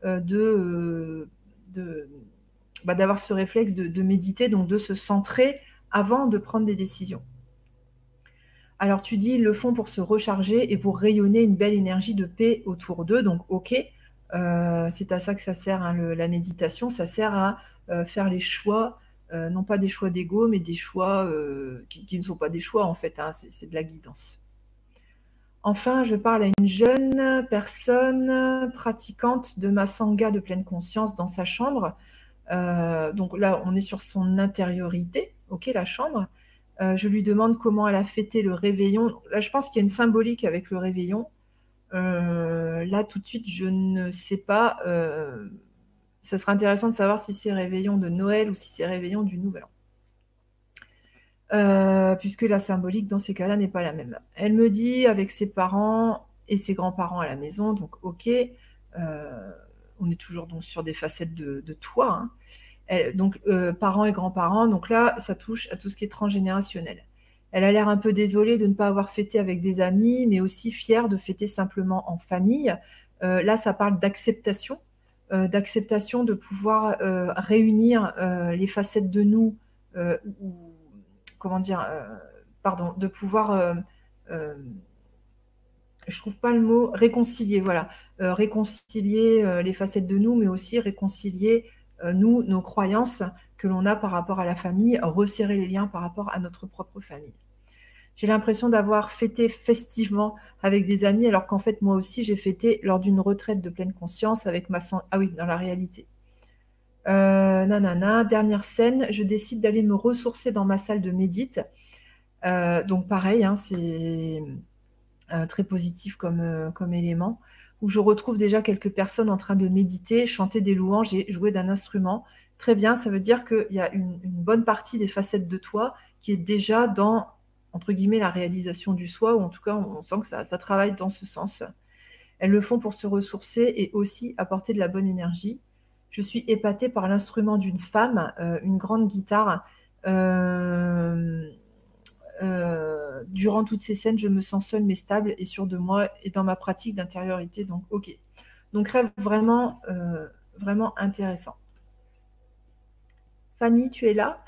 de d'avoir ce réflexe de méditer, donc de se centrer avant de prendre des décisions. Alors tu dis, ils le font pour se recharger et pour rayonner une belle énergie de paix autour d'eux. Donc ok, c'est à ça que ça sert, hein, la méditation. Ça sert à faire les choix, non pas des choix d'ego, mais des choix qui ne sont pas des choix en fait, hein, c'est de la guidance. Enfin, je parle à une jeune personne pratiquante de ma sangha de pleine conscience dans sa chambre. Donc là, on est sur son intériorité, ok, la chambre. Je lui demande comment elle a fêté le réveillon. Là, je pense qu'il y a une symbolique avec le réveillon. Là, tout de suite, je ne sais pas. Ça sera intéressant de savoir si c'est réveillon de Noël ou si c'est réveillon du Nouvel An. Puisque la symbolique, dans ces cas-là, n'est pas la même. Elle me dit, avec ses parents et ses grands-parents à la maison, donc ok, on est toujours donc sur des facettes de toi, hein. Donc, parents et grands-parents, donc là, ça touche à tout ce qui est transgénérationnel. Elle a l'air un peu désolée de ne pas avoir fêté avec des amis, mais aussi fière de fêter simplement en famille. Là, ça parle d'acceptation de pouvoir réunir les facettes de nous, ou comment dire, pardon, de pouvoir, je trouve pas le mot, réconcilier, voilà, réconcilier les facettes de nous, mais aussi réconcilier nous, nos croyances que l'on a par rapport à la famille, resserrer les liens par rapport à notre propre famille. J'ai l'impression d'avoir fêté festivement avec des amis, alors qu'en fait, moi aussi, j'ai fêté lors d'une retraite de pleine conscience avec ma sang... Ah oui, dans la réalité. Nanana, dernière scène, je décide d'aller me ressourcer dans ma salle de médite. Donc pareil, hein, c'est très positif comme élément, où je retrouve déjà quelques personnes en train de méditer, chanter des louanges et jouer d'un instrument. Très bien, ça veut dire qu'il y a une bonne partie des facettes de toi qui est déjà dans, entre guillemets, la réalisation du soi, ou en tout cas, on sent que ça travaille dans ce sens. Elles le font pour se ressourcer et aussi apporter de la bonne énergie. Je suis épatée par l'instrument d'une femme, une grande guitare. Durant toutes ces scènes, je me sens seule mais stable et sûre de moi et dans ma pratique d'intériorité. Donc, ok. Donc, rêve vraiment, vraiment intéressant. Fanny, tu es là?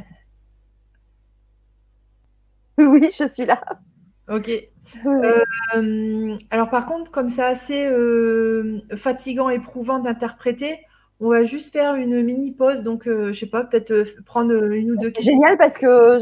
Oui, je suis là. Ok. Oui. Alors, par contre, comme c'est assez fatigant, éprouvant d'interpréter, on va juste faire une mini pause. Donc, je sais pas, peut-être prendre une ou deux C'est questions. génial parce que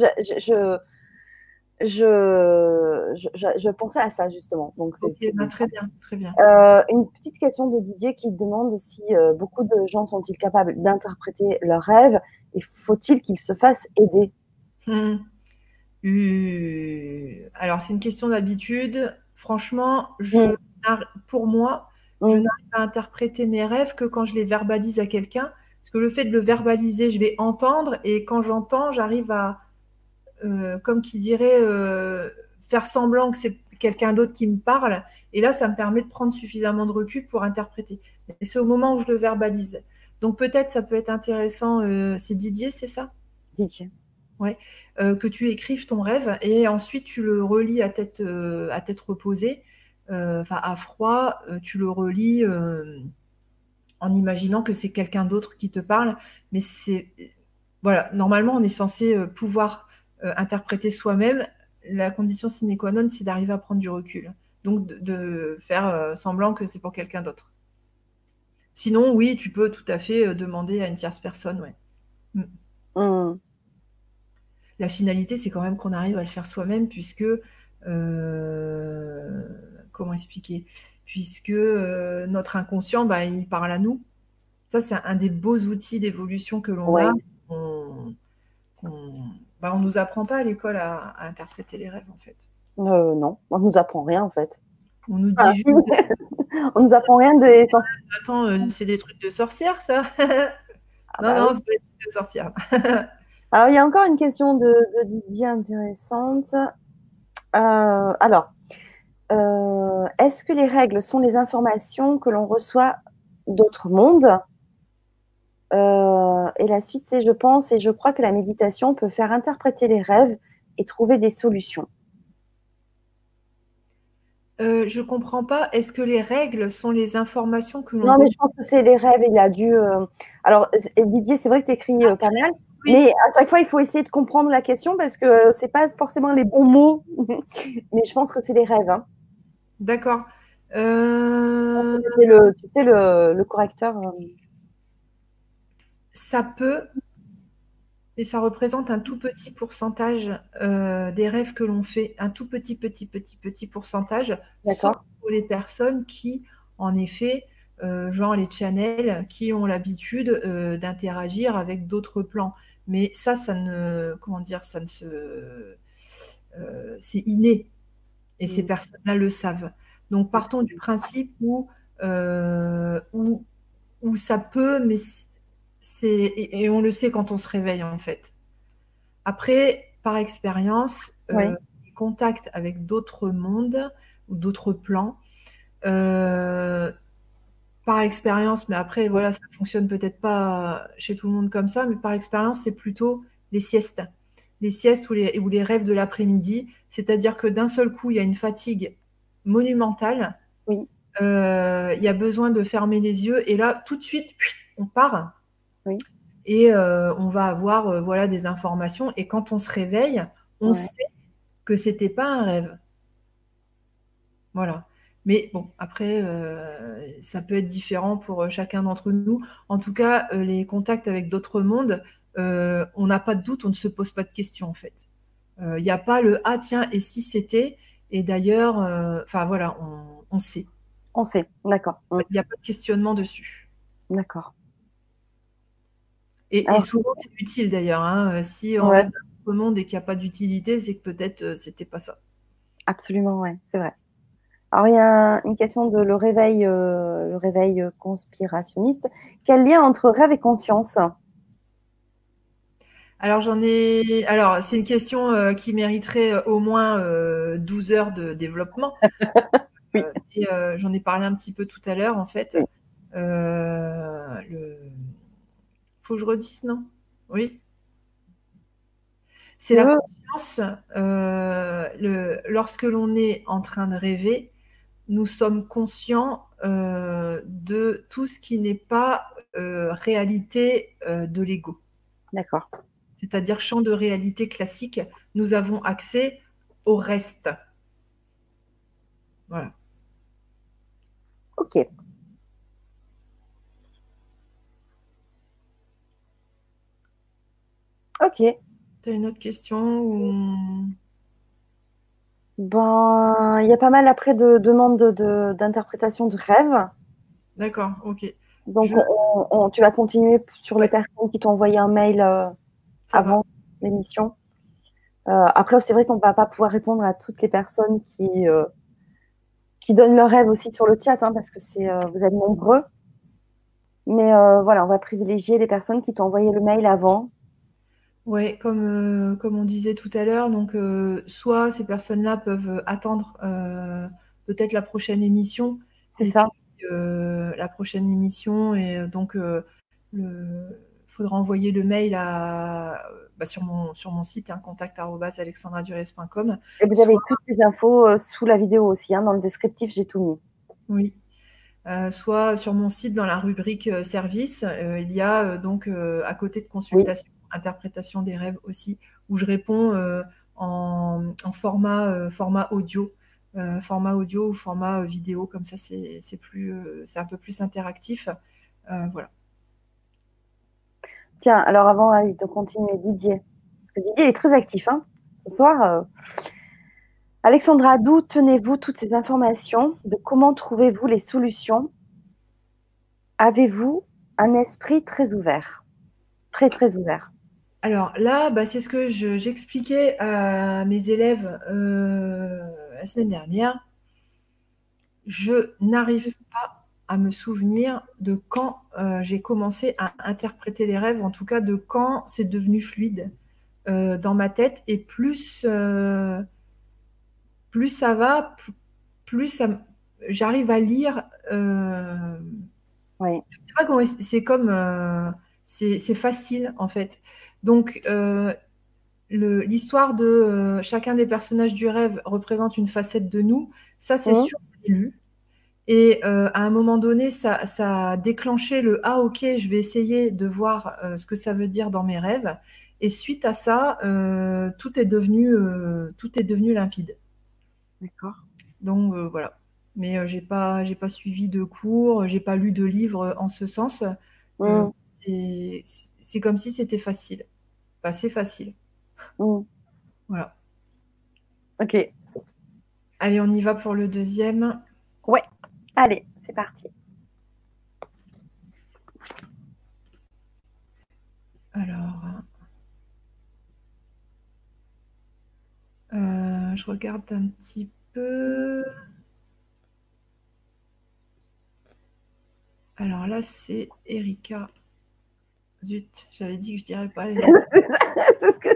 je pensais à ça justement. Donc, Ok, très bien, très bien. une petite question de Didier qui demande si beaucoup de gens sont-ils capables d'interpréter leurs rêves et faut-il qu'ils se fassent aider? Alors, c'est une question d'habitude. Franchement, Mm. pour moi, je Mm. n'arrive à interpréter mes rêves que quand je les verbalise à quelqu'un. Parce que le fait de le verbaliser, je vais entendre, et quand j'entends, j'arrive à, comme qui dirait, faire semblant que c'est quelqu'un d'autre qui me parle. Et là, ça me permet de prendre suffisamment de recul pour interpréter. Mais c'est au moment où je le verbalise. Donc peut-être ça peut être intéressant. C'est Didier, c'est ça? Didier. Ouais, que tu écrives ton rêve et ensuite tu le relis à tête reposée, enfin à froid, tu le relis en imaginant que c'est quelqu'un d'autre qui te parle. Mais c'est, voilà, normalement on est censé pouvoir interpréter soi-même. La condition sine qua non, c'est d'arriver à prendre du recul. Donc, de faire semblant que c'est pour quelqu'un d'autre. Sinon, oui, tu peux tout à fait demander à une tierce personne, ouais. Mmh. La finalité, c'est quand même qu'on arrive à le faire soi-même, puisque comment expliquer? Puisque notre inconscient, bah, il parle à nous. Ça, c'est un des beaux outils d'évolution que l'on a. Ouais. Bah, on nous apprend pas à l'école à interpréter les rêves, en fait. Non, on nous apprend rien en fait. On nous Ah, dit juste, on nous apprend rien des. attends, c'est des trucs de sorcière, ça? Ah Non, bah non, oui. c'est pas des trucs de sorcière. Alors, il y a encore une question de Didier intéressante. Alors, est-ce que les règles sont les informations que l'on reçoit d'autres mondes? Et la suite, c'est je pense et je crois que la méditation peut faire interpréter les rêves et trouver des solutions. Je comprends pas. Est-ce que les règles sont les informations que l'on Non, mais je reçoit? pense que c'est les rêves. Il a dû. Alors, Didier, c'est vrai que tu écris pas mal, Oui, mais à chaque fois, il faut essayer de comprendre la question parce que c'est pas forcément les bons mots. Mais je pense que c'est les rêves. Hein. d'accord. C'est tu sais, le correcteur. Ça peut, mais ça représente un tout petit pourcentage des rêves que l'on fait, un tout petit pourcentage, sauf D'accord. pour les personnes qui, en effet, genre les channels, qui ont l'habitude d'interagir avec d'autres plans. Mais ça ne, comment dire, ça ne se, c'est inné, et ces Mm. personnes-là le savent. Donc partons du principe où ça peut, mais et on le sait quand on se réveille en fait. Après, par expérience, Oui. les contacts avec d'autres mondes ou d'autres plans, euh, par expérience, mais après, voilà, ça fonctionne peut-être pas chez tout le monde comme ça, mais par expérience, c'est plutôt les siestes. Les siestes ou les rêves de l'après-midi, c'est-à-dire que d'un seul coup, il y a une fatigue monumentale, Oui. il y a besoin de fermer les yeux, et là, tout de suite, on part, Oui. et on va avoir voilà, des informations, et quand on se réveille, on Ouais. sait que c'était pas un rêve. Voilà. Mais bon, après, ça peut être différent pour chacun d'entre nous. En tout cas, les contacts avec d'autres mondes, on n'a pas de doute, on ne se pose pas de questions en fait. Il n'y a pas le ah tiens, et si c'était. Et d'ailleurs, enfin voilà, on sait. On sait. D'accord. Il n'y a pas de questionnement dessus. D'accord. Et Alors, souvent, c'est utile d'ailleurs. Hein. Si on ouais, rêve d'un autre monde et qu'il n'y a pas d'utilité, c'est que peut-être c'était pas ça. absolument, ouais, c'est vrai. Alors, il y a une question de le réveil conspirationniste. Quel lien entre rêve et conscience? Alors Alors c'est une question qui mériterait au moins 12 heures de développement. Oui. Et j'en ai parlé un petit peu tout à l'heure en fait. Oui. Le... Faut que je redise, non? Oui. Si C'est tu la veux. conscience. Lorsque l'on est en train de rêver, nous sommes conscients de tout ce qui n'est pas réalité de l'ego. D'accord. C'est-à-dire champ de réalité classique, nous avons accès au reste. Voilà. Ok. Ok. Tu as une autre question ou... Ben, il y a pas mal après de demandes d'interprétation de rêve. D'accord, ok. Donc, Je... tu vas continuer sur les Ouais, personnes qui t'ont envoyé un mail ça va. avant l'émission. Après, c'est vrai qu'on ne va pas pouvoir répondre à toutes les personnes qui donnent leur rêve aussi sur le chat, hein, parce que vous êtes nombreux. Mais voilà, on va privilégier les personnes qui t'ont envoyé le mail avant. Ouais, comme on disait tout à l'heure, donc soit ces personnes-là peuvent attendre peut-être la prochaine émission, C'est et ça. puis la prochaine émission, et donc il faudra envoyer le mail bah, sur mon site, hein, contact@alexandradurez.com. Et vous avez Soit, toutes les infos sous la vidéo aussi, hein, dans le descriptif, j'ai tout mis. oui, soit sur mon site dans la rubrique service, il y a donc à côté de Oui, consultation, interprétation des rêves aussi, où je réponds en format audio. format audio ou format vidéo, comme ça c'est un peu plus interactif. Voilà. Tiens, alors avant de continuer, Didier, parce que Didier est très actif hein, ce soir. Alexandra, d'où tenez-vous toutes ces informations? De comment trouvez-vous les solutions? Avez-vous un esprit très ouvert? Très, très ouvert. Alors là, c'est ce que j'expliquais à mes élèves la semaine dernière. Je n'arrive pas à me souvenir de quand j'ai commencé à interpréter les rêves, en tout cas de quand c'est devenu fluide dans ma tête. Et plus ça va, plus j'arrive à lire. Oui. Je sais pas comment c'est comme c'est facile en fait. Donc l'histoire de chacun des personnages du rêve représente une facette de nous. Ça c'est sûr, j'ai lu. Et à un moment donné, ça a déclenché le ah ok, je vais essayer de voir ce que ça veut dire dans mes rêves. Et suite à ça, tout est devenu limpide. D'accord. Donc voilà. Mais j'ai pas suivi de cours, j'ai pas lu de livres en ce sens. Euh, c'est comme si c'était facile. Enfin, c'est facile. Voilà. Ok. Allez, on y va pour le deuxième. Ouais. Allez, c'est parti. Alors, je regarde un petit peu. Alors là, c'est Erika. Zut, j'avais dit que je dirais pas les noms. C'est ce que...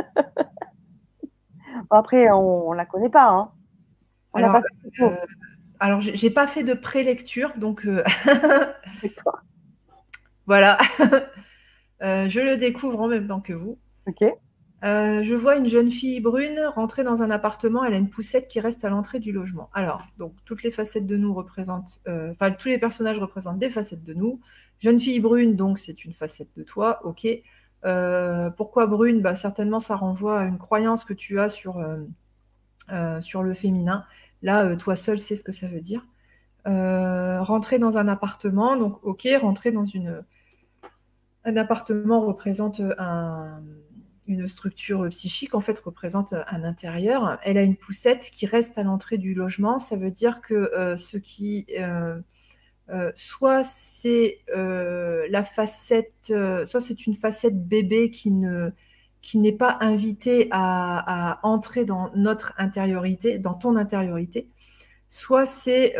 Bon, après, on la connaît pas. Hein. On n'a pas Alors, j'ai pas fait de prélecture, donc D'accord. voilà. Je le découvre en même temps que vous. Ok. Je vois une jeune fille brune rentrer dans un appartement. Elle a une poussette qui reste à l'entrée du logement. Alors, donc, toutes les facettes de nous représentent, enfin, tous les personnages représentent des facettes de nous. Jeune fille brune, donc, c'est une facette de toi, ok. Pourquoi brune? Certainement, ça renvoie à une croyance que tu as sur le féminin. Là, toi seul sais ce que ça veut dire. Rentrer dans un appartement, donc, ok, rentrer dans un appartement représente une structure psychique, en fait, représente un intérieur. Elle a une poussette qui reste à l'entrée du logement. Ça veut dire que ce qui... soit c'est la facette, soit c'est une facette bébé qui n'est pas invitée à entrer dans notre intériorité, dans ton intériorité, soit c'est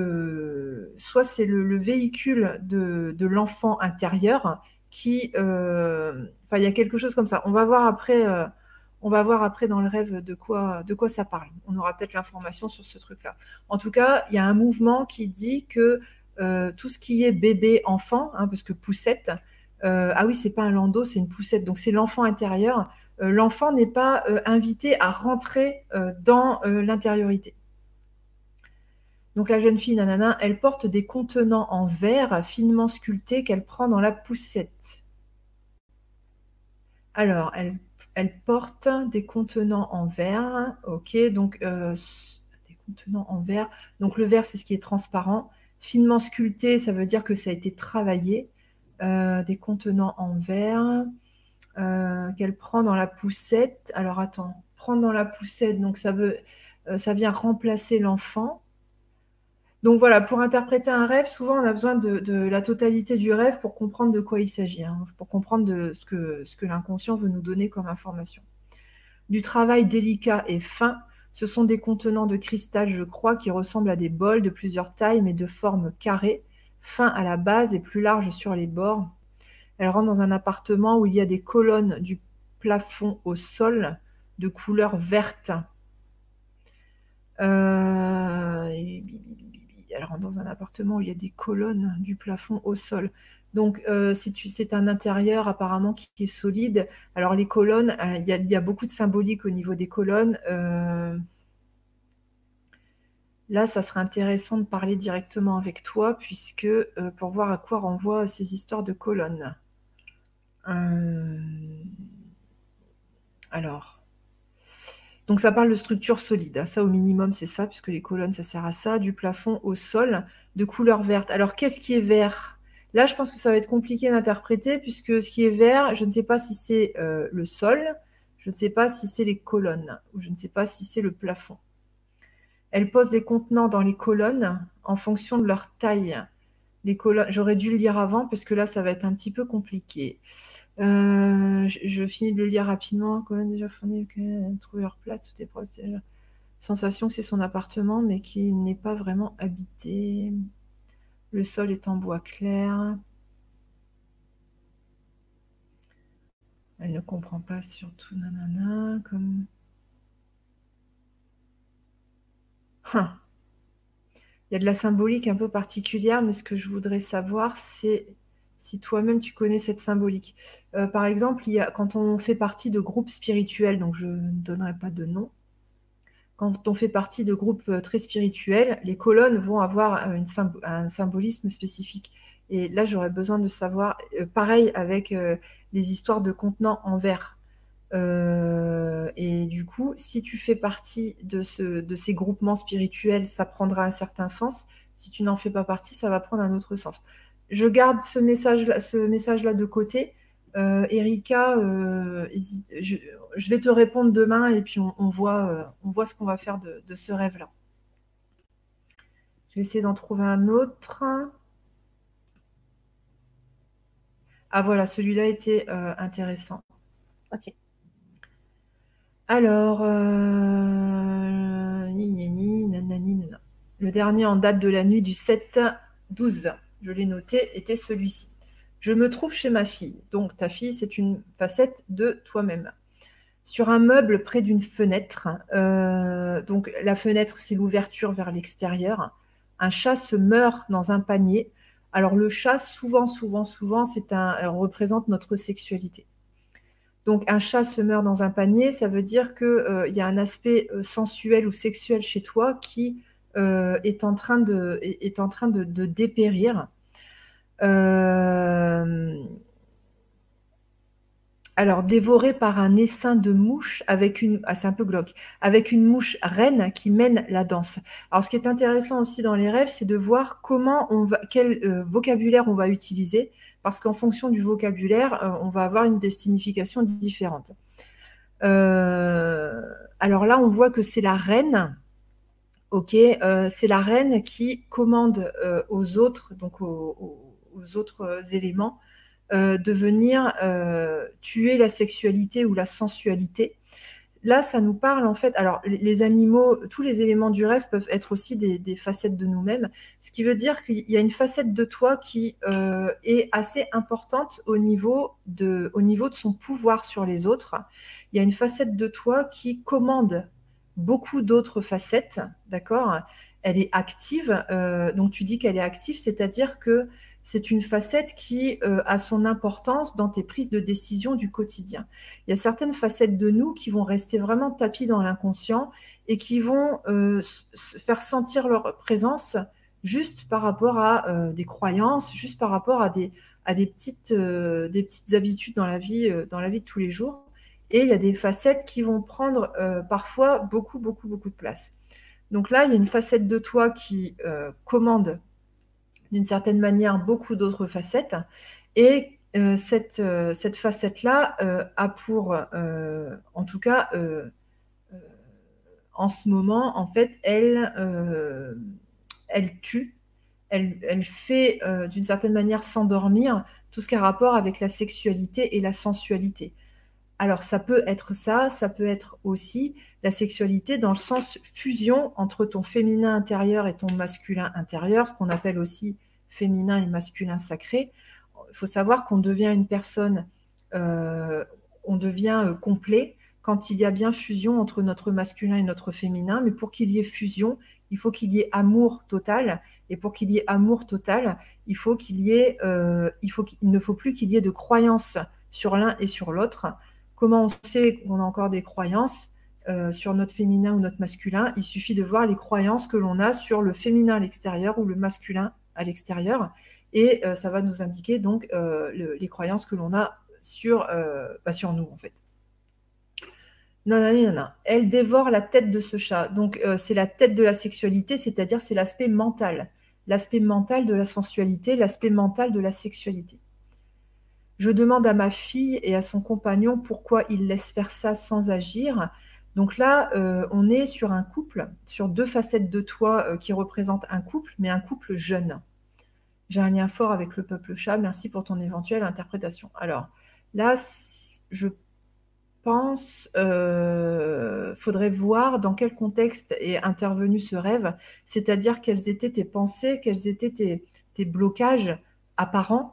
le véhicule de l'enfant intérieur qui, enfin, il y a quelque chose comme ça. On va voir après dans le rêve de quoi ça parle. On aura peut-être l'information sur ce truc-là. En tout cas, il y a un mouvement qui dit que tout ce qui est bébé, enfant, hein, parce que poussette, ah oui, c'est pas un landau, c'est une poussette, donc c'est l'enfant intérieur. L'enfant n'est pas invité à rentrer dans l'intériorité. Donc la jeune fille, nanana, elle porte des contenants en verre finement sculptés qu'elle prend dans la poussette. Alors, elle porte des contenants en verre, ok, donc des contenants en verre. Donc le verre, c'est ce qui est transparent. Finement sculpté, ça veut dire que ça a été travaillé. Des contenants en verre qu'elle prend dans la poussette. Alors attends, prendre dans la poussette, donc ça vient remplacer l'enfant. Donc voilà, pour interpréter un rêve, souvent on a besoin de la totalité du rêve pour comprendre de quoi il s'agit, hein, pour comprendre ce que l'inconscient veut nous donner comme information. Du travail délicat et fin, ce sont des contenants de cristal, je crois, qui ressemblent à des bols de plusieurs tailles, mais de forme carrée, fins à la base et plus larges sur les bords. Elle rentre dans un appartement où il y a des colonnes du plafond au sol de couleur verte. Elle rentre dans un appartement où il y a des colonnes du plafond au sol. Donc, c'est un intérieur apparemment qui est solide. Alors, les colonnes, il y a beaucoup de symbolique au niveau des colonnes. Là, ça serait intéressant de parler directement avec toi, puisque pour voir à quoi renvoient ces histoires de colonnes. Alors, Donc ça parle de structure solide, hein. Ça au minimum c'est ça, puisque les colonnes ça sert à ça, du plafond au sol, de couleur verte. Alors qu'est-ce qui est vert? Là je pense que ça va être compliqué d'interpréter, puisque ce qui est vert, je ne sais pas si c'est le sol, je ne sais pas si c'est les colonnes, ou je ne sais pas si c'est le plafond. Elle pose les contenants dans les colonnes en fonction de leur taille. Les colonnes, j'aurais dû le lire avant parce que là, ça va être un petit peu compliqué. Je finis de le lire rapidement. Colonnes déjà fournies, trouver leur place, tout est proche. Sensation que c'est son appartement, mais qu'il n'est pas vraiment habité. Le sol est en bois clair. Elle ne comprend pas surtout, nanana, comme... Il y a de la symbolique un peu particulière, mais ce que je voudrais savoir, c'est si toi-même tu connais cette symbolique. Par exemple, quand on fait partie de groupes spirituels, donc je ne donnerai pas de nom, quand on fait partie de groupes très spirituels, les colonnes vont avoir un symbolisme spécifique. Et là, j'aurais besoin de savoir, pareil avec les histoires de contenants en verre. Et du coup, si tu fais partie de ces groupements spirituels, ça prendra un certain sens. Si tu n'en fais pas partie, ça va prendre un autre sens. Je garde ce message-là de côté. Erika, je vais te répondre demain et puis on voit ce qu'on va faire de ce rêve-là. Je vais essayer d'en trouver un autre. Ah voilà, celui-là était intéressant. Ok. Alors, le dernier en date de la nuit du 7-12, je l'ai noté, était celui-ci. Je me trouve chez ma fille. Donc, ta fille, c'est une facette de toi-même. Sur un meuble près d'une fenêtre. Donc, la fenêtre, c'est l'ouverture vers l'extérieur. Un chat se meurt dans un panier. Alors, le chat, souvent, représente notre sexualité. Donc, un chat se meurt dans un panier, ça veut dire qu'il y a un aspect sensuel ou sexuel chez toi qui est en train de dépérir. Alors, dévoré par un essaim de mouches c'est un peu glauque, avec une mouche reine qui mène la danse. Alors, ce qui est intéressant aussi dans les rêves, c'est de voir quel vocabulaire on va utiliser, parce qu'en fonction du vocabulaire, on va avoir des significations différentes. Alors là, on voit que c'est la reine. Ok, c'est la reine qui commande aux autres, donc aux autres éléments, de venir tuer la sexualité ou la sensualité. Là, ça nous parle en fait. Alors, les animaux, tous les éléments du rêve peuvent être aussi des facettes de nous-mêmes, ce qui veut dire qu'il y a une facette de toi qui est assez importante au niveau de son pouvoir sur les autres. Il y a une facette de toi qui commande beaucoup d'autres facettes, d'accord? Elle est active, donc tu dis qu'elle est active, c'est-à-dire que c'est une facette qui a son importance dans tes prises de décision du quotidien. Il y a certaines facettes de nous qui vont rester vraiment tapies dans l'inconscient et qui vont faire sentir leur présence juste par rapport à des croyances, juste par rapport à des petites habitudes dans la vie de tous les jours. Et il y a des facettes qui vont prendre parfois beaucoup, beaucoup, beaucoup de place. Donc là, il y a une facette de toi qui commande d'une certaine manière beaucoup d'autres facettes. Et cette facette-là a pour, en tout cas, en ce moment, en fait, elle tue, elle fait d'une certaine manière s'endormir tout ce qui a rapport avec la sexualité et la sensualité. Alors, ça peut être ça peut être aussi la sexualité dans le sens fusion entre ton féminin intérieur et ton masculin intérieur, ce qu'on appelle aussi féminin et masculin sacré. Il faut savoir qu'on devient une personne, on devient complet quand il y a bien fusion entre notre masculin et notre féminin, mais pour qu'il y ait fusion, il faut qu'il y ait amour total, et pour qu'il y ait amour total, il ne faut plus qu'il y ait de croyances sur l'un et sur l'autre. Comment on sait qu'on a encore des croyances sur notre féminin ou notre masculin? Il suffit de voir les croyances que l'on a sur le féminin à l'extérieur ou le masculin à l'extérieur, et ça va nous indiquer donc les croyances que l'on a sur nous en fait. Non, non, non, non. Elle dévore la tête de ce chat. Donc, c'est la tête de la sexualité, c'est-à-dire c'est l'aspect mental. L'aspect mental de la sensualité, l'aspect mental de la sexualité. Je demande à ma fille et à son compagnon pourquoi ils laissent faire ça sans agir. Donc là, on est sur un couple, sur deux facettes de toi qui représentent un couple, mais un couple jeune. J'ai un lien fort avec le peuple chat. Merci pour ton éventuelle interprétation. Alors là, je pense, faudrait voir dans quel contexte est intervenu ce rêve, c'est-à-dire quels étaient tes pensées, quels étaient tes blocages apparents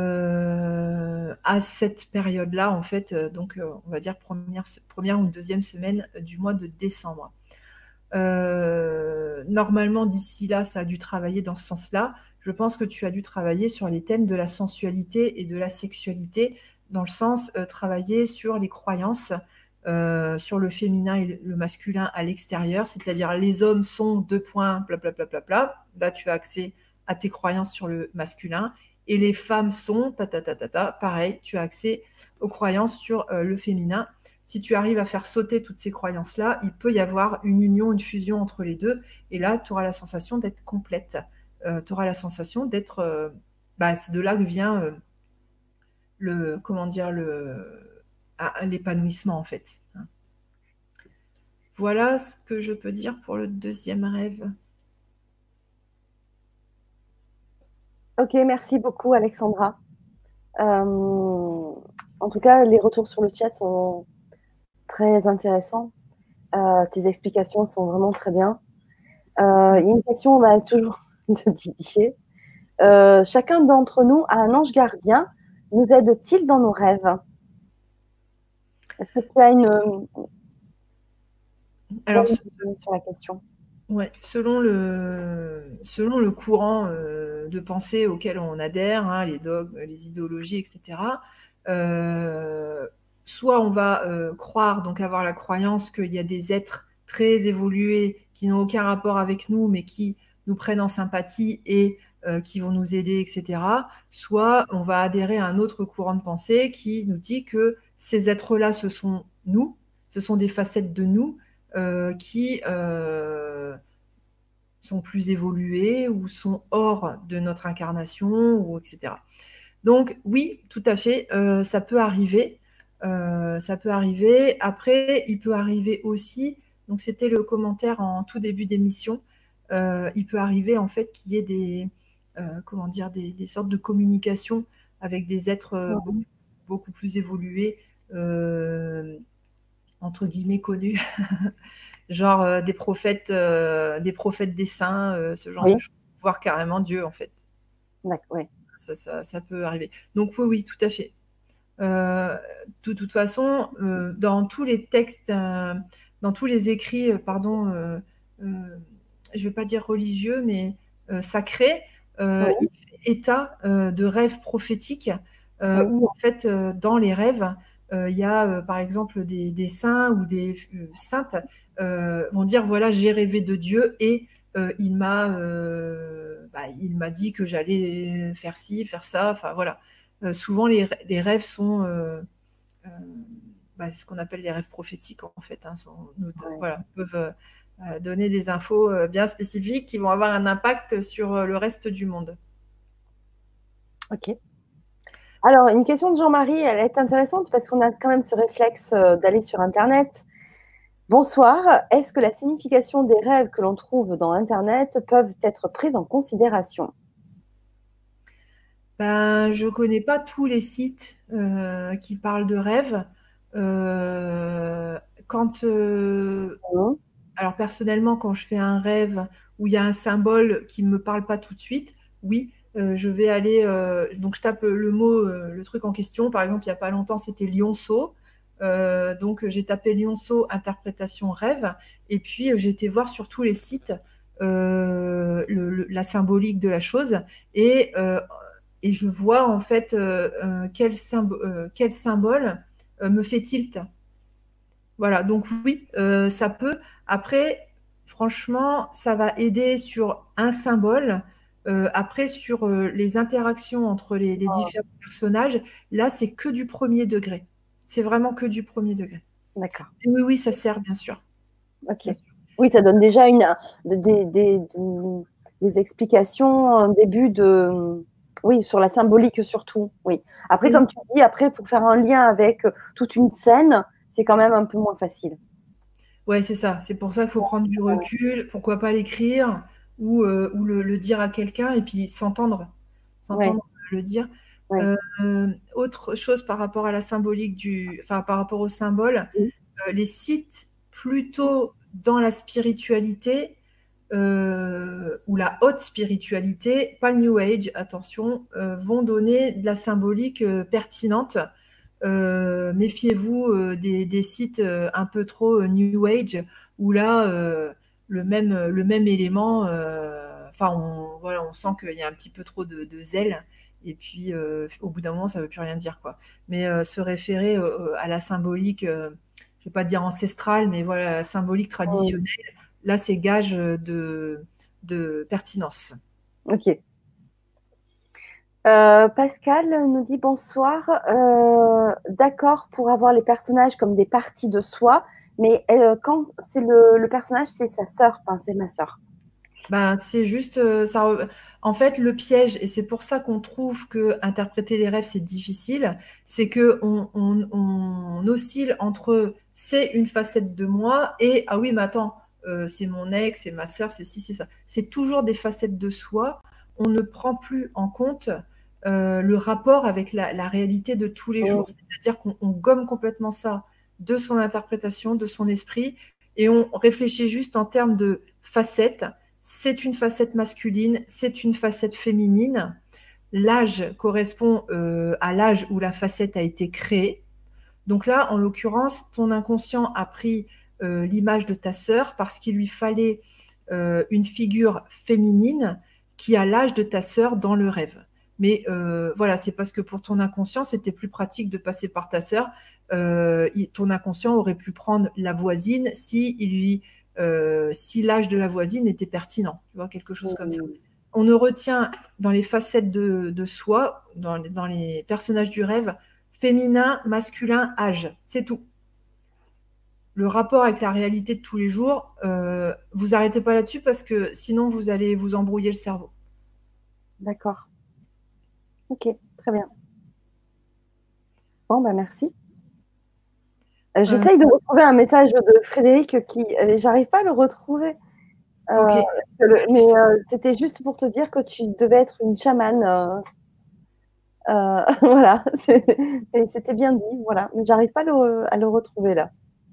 à cette période-là, en fait, donc on va dire première ou deuxième semaine du mois de décembre. Normalement, d'ici là, ça a dû travailler dans ce sens-là. Je pense que tu as dû travailler sur les thèmes de la sensualité et de la sexualité, dans le sens travailler sur les croyances, sur le féminin et le masculin à l'extérieur, c'est-à-dire les hommes sont deux points, blablabla. Bla, bla, bla. Là, tu as accès à tes croyances sur le masculin. Et les femmes sont, pareil, tu as accès aux croyances sur le féminin. Si tu arrives à faire sauter toutes ces croyances-là, il peut y avoir une union, une fusion entre les deux. Et là, tu auras la sensation d'être complète. Tu auras la sensation d'être... c'est de là que vient l'épanouissement, en fait. Voilà ce que je peux dire pour le deuxième rêve. Ok, merci beaucoup Alexandra. En tout cas, les retours sur le chat sont très intéressants. Tes explications sont vraiment très bien. Il y a une question toujours de Didier. Chacun d'entre nous a un ange gardien. Nous aide-t-il dans nos rêves? Est-ce que tu as sur la question? Ouais, selon le courant de pensée auquel on adhère, hein, les dogmes, les idéologies, etc., soit on va croire, donc avoir la croyance qu'il y a des êtres très évolués qui n'ont aucun rapport avec nous, mais qui nous prennent en sympathie et qui vont nous aider, etc. Soit on va adhérer à un autre courant de pensée qui nous dit que ces êtres-là, ce sont nous, ce sont des facettes de nous, qui sont plus évolués ou sont hors de notre incarnation, ou etc. Donc oui, tout à fait, ça peut arriver. Ça peut arriver. Après, il peut arriver aussi, donc c'était le commentaire en tout début d'émission, il peut arriver en fait qu'il y ait des sortes de communication avec des êtres beaucoup plus évolués, entre guillemets connus, genre des prophètes des saints, ce genre de choses, voire carrément Dieu en fait. Oui. Ça peut arriver. Donc oui, tout à fait. De toute façon, dans tous les textes, dans tous les écrits, je ne vais pas dire religieux, mais sacrés, il fait état de rêves prophétiques, où en fait, dans les rêves, il y a par exemple des saints ou des saintes vont dire voilà, j'ai rêvé de Dieu et il m'a dit que j'allais faire ci, faire ça, enfin voilà. Souvent les rêves sont ce qu'on appelle les rêves prophétiques en fait, hein, peuvent donner des infos bien spécifiques qui vont avoir un impact sur le reste du monde. Ok. Alors, une question de Jean-Marie, elle est intéressante parce qu'on a quand même ce réflexe d'aller sur Internet. Bonsoir, est-ce que la signification des rêves que l'on trouve dans Internet peuvent être prises en considération? Je ne connais pas tous les sites qui parlent de rêves. Alors personnellement, quand je fais un rêve où il y a un symbole qui ne me parle pas tout de suite, oui, je vais aller, donc je tape le mot, le truc en question. Par exemple, il n'y a pas longtemps, c'était lionceau. Donc j'ai tapé lionceau interprétation rêve, et puis j'ai été voir sur tous les sites la symbolique de la chose, et je vois en fait quel symbole me fait tilt. Voilà, donc oui, ça peut. Après, franchement, ça va aider sur un symbole. Après, sur les interactions entre les différents personnages, là, c'est que du premier degré. C'est vraiment que du premier degré. D'accord. Oui, oui, ça sert, bien sûr. Ok. Bien sûr. Oui, ça donne déjà des explications, un début de, oui, sur la symbolique surtout. Oui. Après, Oui. comme tu dis, après, pour faire un lien avec toute une scène, c'est quand même un peu moins facile. Ouais, c'est ça. C'est pour ça qu'il faut prendre du recul. Pourquoi pas l'écrire ou le dire à quelqu'un et puis Ouais, s'entendre le dire. ouais. Euh, Autre chose par rapport à la symbolique enfin, par rapport au symbole, Oui. les sites plutôt dans la spiritualité ou la haute spiritualité, pas le New Age, attention, vont donner de la symbolique pertinente. Méfiez-vous des sites un peu trop New Age où là, le même élément, enfin, voilà, on sent qu'il y a un petit peu trop de zèle. Et puis, au bout d'un moment, ça ne veut plus rien dire, quoi. Mais se référer à la symbolique, je ne vais pas dire ancestrale, mais voilà, la symbolique Oui. traditionnelle, là, c'est gage de pertinence. Ok. Pascal nous dit bonsoir. D'accord pour avoir les personnages comme des parties de soi, mais quand c'est le personnage, c'est sa sœur, enfin, c'est ma sœur. Ben, c'est juste ça. En fait, le piège, et c'est pour ça qu'on trouve que interpréter les rêves, c'est difficile, c'est que on oscille entre c'est une facette de moi et ah oui, mais attends, c'est mon ex, c'est ma sœur, c'est ci, c'est ça. C'est toujours des facettes de soi. On ne prend plus en compte le rapport avec la réalité de tous les jours. Mm. C'est-à-dire qu'on gomme complètement ça de son interprétation, de son esprit, et on réfléchit juste en termes de facettes. C'est une facette masculine, c'est une facette féminine. L'âge correspond à l'âge où la facette a été créée. Donc là, en l'occurrence, ton inconscient a pris l'image de ta sœur parce qu'il lui fallait une figure féminine qui a l'âge de ta sœur dans le rêve. Mais voilà, c'est parce que pour ton inconscient, c'était plus pratique de passer par ta sœur. Ton inconscient aurait pu prendre la voisine si l'âge de la voisine était pertinent, tu vois, quelque chose comme ça. Mm. On ne retient dans les facettes de soi, dans les personnages du rêve, féminin, masculin, âge, c'est tout. Le rapport avec la réalité de tous les jours, vous arrêtez pas là-dessus parce que sinon vous allez vous embrouiller le cerveau. D'accord. Ok, très bien. Bon, bah merci. Euh, J'essaye de retrouver un message de Frédéric qui, j'arrive pas à le retrouver. ok. Euh, mais c'était juste pour te dire que tu devais être une chamane. Voilà, c'était bien dit. Voilà, mais j'arrive pas à le retrouver là.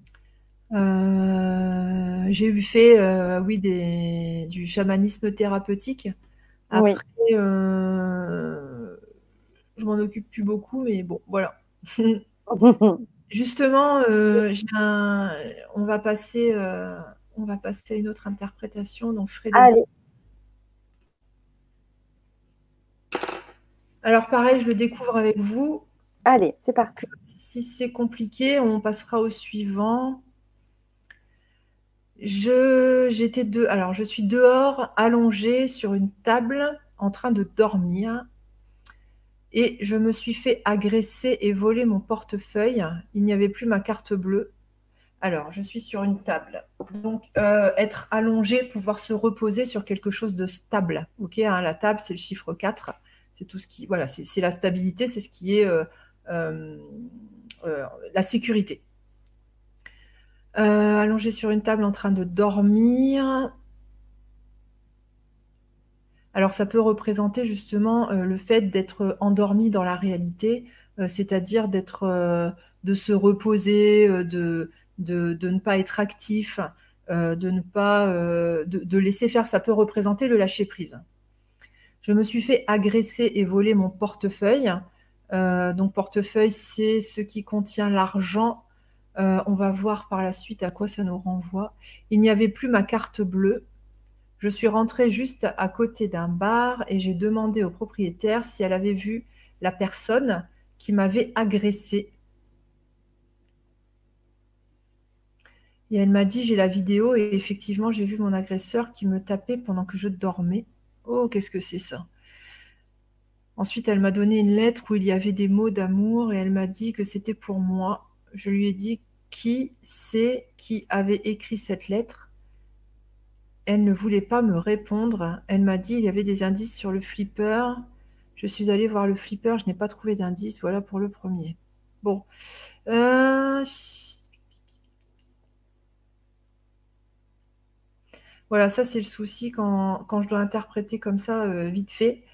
J'ai eu fait, oui, du chamanisme thérapeutique. Oui. Après, je m'en occupe plus beaucoup, mais bon, voilà. Justement, on va passer, on va passer à une autre interprétation. Donc, Frédéric. Allez, Alors, pareil, je le découvre avec vous. allez, c'est parti. Si c'est compliqué, on passera au suivant. Alors, je suis dehors, allongée sur une table, en train de dormir, et je me suis fait agresser et voler mon portefeuille. Il n'y avait plus ma carte bleue. Alors, je suis sur une table. Donc, être allongé, pouvoir se reposer sur quelque chose de stable. Ok, hein, la table, c'est le chiffre 4. C'est tout ce qui. Voilà, c'est la stabilité, c'est ce qui est euh, la sécurité. Allongé sur une table en train de dormir. Alors, ça peut représenter justement le fait d'être endormi dans la réalité, c'est-à-dire de se reposer, de ne pas être actif, de ne pas, de laisser faire. Ça peut représenter le lâcher prise. Je me suis fait agresser et voler mon portefeuille. Donc, portefeuille, c'est ce qui contient l'argent. On va voir par la suite à quoi ça nous renvoie. Il n'y avait plus ma carte bleue. Je suis rentrée juste à côté d'un bar et j'ai demandé au propriétaire si elle avait vu la personne qui m'avait agressée. Et elle m'a dit, j'ai la vidéo et effectivement, j'ai vu mon agresseur qui me tapait pendant que je dormais. Oh, qu'est-ce que c'est ça? Ensuite, elle m'a donné une lettre où il y avait des mots d'amour et elle m'a dit que c'était pour moi. Je lui ai dit qui c'est qui avait écrit cette lettre. Elle ne voulait pas me répondre. Elle m'a dit, il y avait des indices sur le flipper. Je suis allée voir le flipper, je n'ai pas trouvé d'indice. Voilà pour le premier. Bon. Voilà, ça c'est le souci quand je dois interpréter comme ça, vite fait.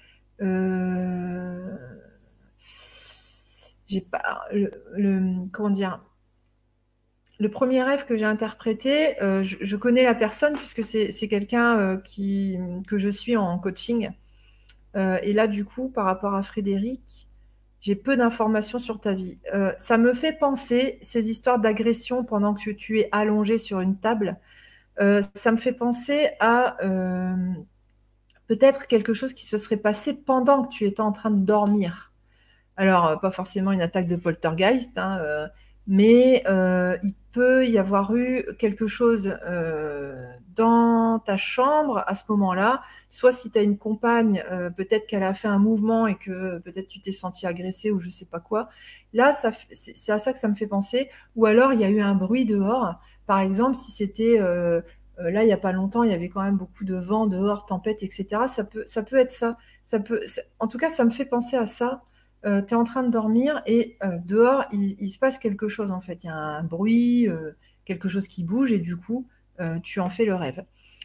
J'ai pas comment dire? Le premier rêve que j'ai interprété, je connais la personne puisque c'est quelqu'un que je suis en coaching. Et là, du coup, par rapport à Frédéric, j'ai peu d'informations sur ta vie. Ça me fait penser, ces histoires d'agression pendant que tu es allongé sur une table, ça me fait penser à peut-être quelque chose qui se serait passé pendant que tu étais en train de dormir. Alors, pas forcément une attaque de poltergeist, hein, mais il peut y avoir eu quelque chose dans ta chambre à ce moment-là. Soit si tu as une compagne, peut-être qu'elle a fait un mouvement et que peut-être tu t'es senti agressé ou je sais pas quoi. Là, c'est à ça que ça me fait penser. Ou alors, il y a eu un bruit dehors. Par exemple, si c'était là, il n'y a pas longtemps, il y avait quand même beaucoup de vent dehors, tempête, etc. Ça peut être ça. En tout cas, ça me fait penser à ça. Tu es en train de dormir et dehors, il se passe quelque chose en fait. Il y a un bruit, quelque chose qui bouge et du coup, tu en fais le rêve.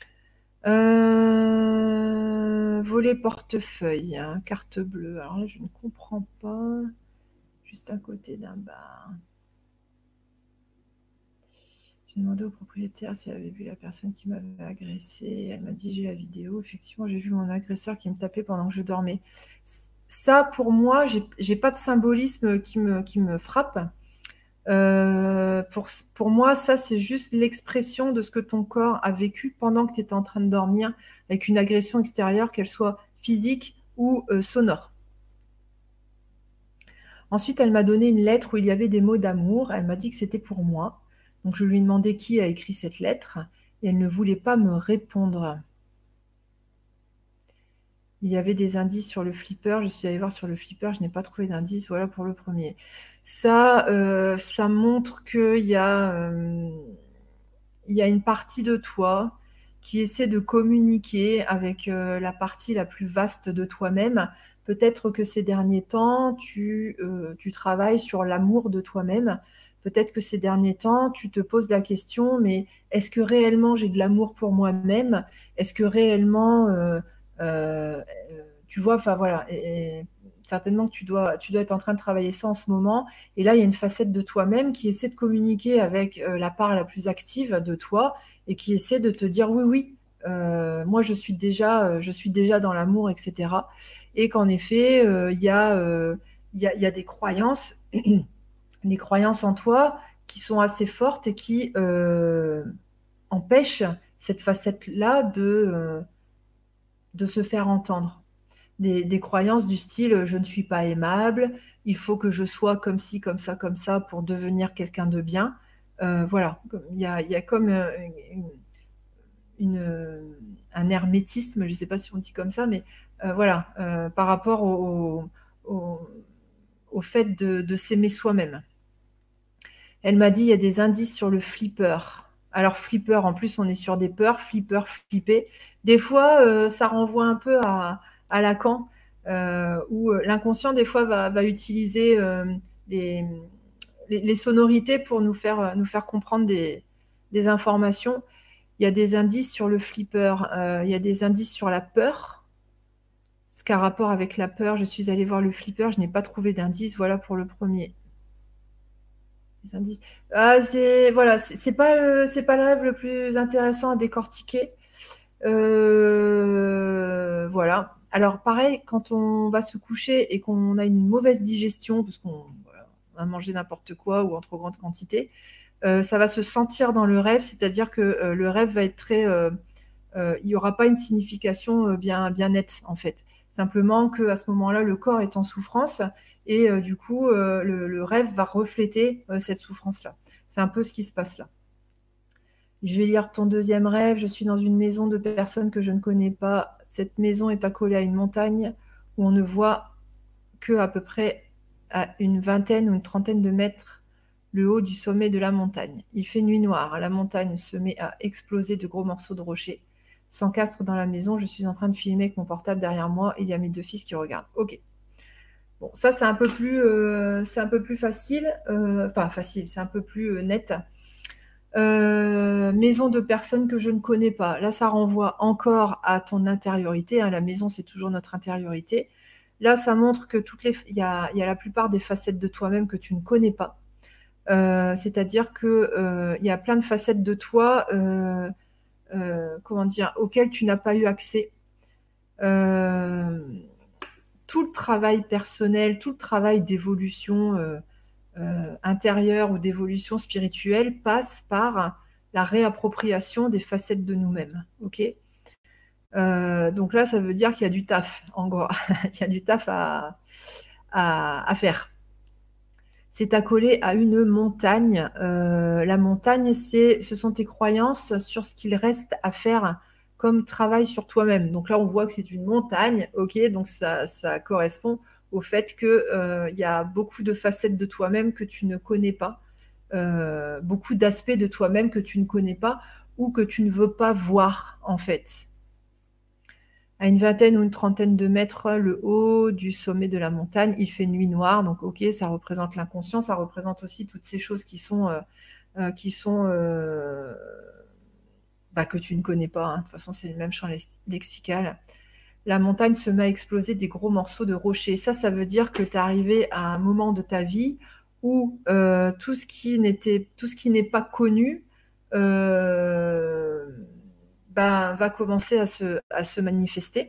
Voler portefeuille, hein, carte bleue. Alors là, je ne comprends pas. Juste à côté d'un bar. J'ai demandé au propriétaire si elle avait vu la personne qui m'avait agressé. Elle m'a dit j'ai la vidéo. Effectivement, j'ai vu mon agresseur qui me tapait pendant que je dormais. Ça, pour moi, j'ai pas de symbolisme qui me frappe. Pour moi, ça, c'est juste l'expression de ce que ton corps a vécu pendant que tu étais en train de dormir avec une agression extérieure, qu'elle soit physique ou sonore. Ensuite, elle m'a donné une lettre où il y avait des mots d'amour. Elle m'a dit que c'était pour moi. Donc, je lui ai demandé qui a écrit cette lettre et elle ne voulait pas me répondre. Il y avait des indices sur le flipper. Je suis allée voir sur le flipper. Je n'ai pas trouvé d'indice. Voilà pour le premier. Ça montre qu'il y a une partie de toi qui essaie de communiquer avec la partie la plus vaste de toi-même. Peut-être que ces derniers temps, tu travailles sur l'amour de toi-même. Peut-être que ces derniers temps, tu te poses la question, mais est-ce que réellement j'ai de l'amour pour moi-même? Est-ce que réellement, euh, tu vois, enfin voilà, et certainement que tu dois être en train de travailler ça en ce moment. Et là, il y a une facette de toi-même qui essaie de communiquer avec la part la plus active de toi et qui essaie de te dire oui, oui, moi je suis déjà dans l'amour, etc. Et qu'en effet, il y a des croyances en toi qui sont assez fortes et qui empêchent cette facette-là de se faire entendre. Des croyances du style je ne suis pas aimable, il faut que je sois comme ci, comme ça pour devenir quelqu'un de bien. Voilà, il y a comme un hermétisme, je ne sais pas si on dit comme ça, mais voilà, par rapport au fait de s'aimer soi-même. Elle m'a dit il y a des indices sur le flipper. Alors flipper, en plus on est sur des peurs, flipper, flipper. Des fois, ça renvoie un peu à Lacan, où l'inconscient des fois va utiliser les, les sonorités pour nous faire comprendre des informations. Il y a des indices sur le flipper, il y a des indices sur la peur. Ce qu'a rapport avec la peur, je suis allée voir le flipper, je n'ai pas trouvé d'indice, voilà pour le premier. Les indices. Ah, voilà, c'est pas le rêve le plus intéressant à décortiquer. Voilà. Alors pareil, quand on va se coucher et qu'on a une mauvaise digestion, parce qu'on voilà, on a mangé n'importe quoi ou en trop grande quantité, ça va se sentir dans le rêve, c'est-à-dire que le rêve va être très... il n'y aura pas une signification bien nette, en fait. Simplement qu'à ce moment-là, le corps est en souffrance et du coup, le rêve va refléter cette souffrance-là. C'est un peu ce qui se passe là. Je vais lire ton deuxième rêve. Je suis dans une maison de personnes que je ne connais pas. Cette maison est accolée à une montagne où on ne voit que à peu près à une vingtaine ou une trentaine de mètres le haut du sommet de la montagne. Il fait nuit noire. La montagne se met à exploser de gros morceaux de rocher. S'encastre dans la maison. Je suis en train de filmer avec mon portable derrière moi. Et il y a mes 2 fils qui regardent. Ok. Bon, ça, c'est un peu plus facile. Enfin, facile, c'est un peu plus net. Maison de personnes que je ne connais pas. Là, ça renvoie encore à ton intériorité. Hein. La maison, c'est toujours notre intériorité. Là, ça montre que il y a la plupart des facettes de toi-même que tu ne connais pas. C'est-à-dire que il y a plein de facettes de toi, comment dire, auxquelles tu n'as pas eu accès. Tout le travail personnel, tout le travail d'évolution intérieure ou d'évolution spirituelle passe par la réappropriation des facettes de nous-mêmes. Ok. Donc là, ça veut dire qu'il y a du taf, en gros. Il y a du taf à faire. C'est accolé à une montagne. La montagne, ce sont tes croyances sur ce qu'il reste à faire comme travail sur toi-même. Donc là, on voit que c'est une montagne, ok, donc ça correspond au fait que y a beaucoup de facettes de toi-même que tu ne connais pas, beaucoup d'aspects de toi-même que tu ne connais pas ou que tu ne veux pas voir, en fait. À une vingtaine ou une trentaine de mètres, le haut du sommet de la montagne, il fait nuit noire. Donc, ok, ça représente l'inconscient, ça représente aussi toutes ces choses qui sont que tu ne connais pas. Hein. De toute façon, c'est le même champ lexical. La montagne se met à exploser des gros morceaux de rocher. Ça veut dire que tu es arrivé à un moment de ta vie où tout ce qui n'est pas connu va commencer à se manifester.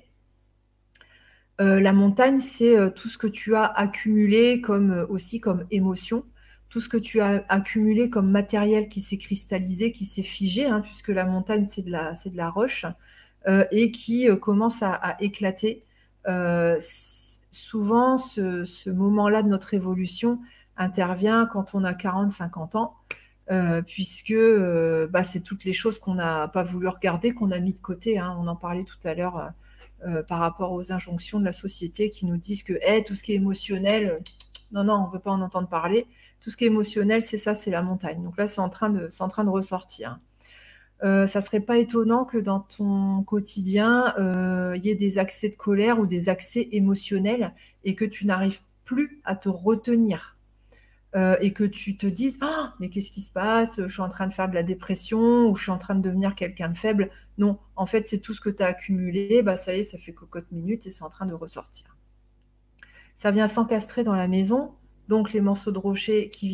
La montagne, c'est tout ce que tu as accumulé aussi comme émotion, tout ce que tu as accumulé comme matériel qui s'est cristallisé, qui s'est figé, hein, puisque la montagne, c'est de la roche, et qui commence à éclater. Souvent, ce moment-là de notre évolution intervient quand on a 40-50 ans, puisque c'est toutes les choses qu'on n'a pas voulu regarder, qu'on a mis de côté. Hein. On en parlait tout à l'heure par rapport aux injonctions de la société qui nous disent que tout ce qui est émotionnel, non, on ne veut pas en entendre parler. Tout ce qui est émotionnel, c'est ça, c'est la montagne. Donc là, c'est en train de ressortir. Ça serait pas étonnant que dans ton quotidien, il y ait des accès de colère ou des accès émotionnels et que tu n'arrives plus à te retenir. Et que tu te dises mais qu'est-ce qui se passe? Je suis en train de faire de la dépression ou je suis en train de devenir quelqu'un de faible. Non, en fait, c'est tout ce que tu as accumulé. Ça y est, ça fait cocotte minute et c'est en train de ressortir. Ça vient s'encastrer dans la maison. Donc, les morceaux de rocher qui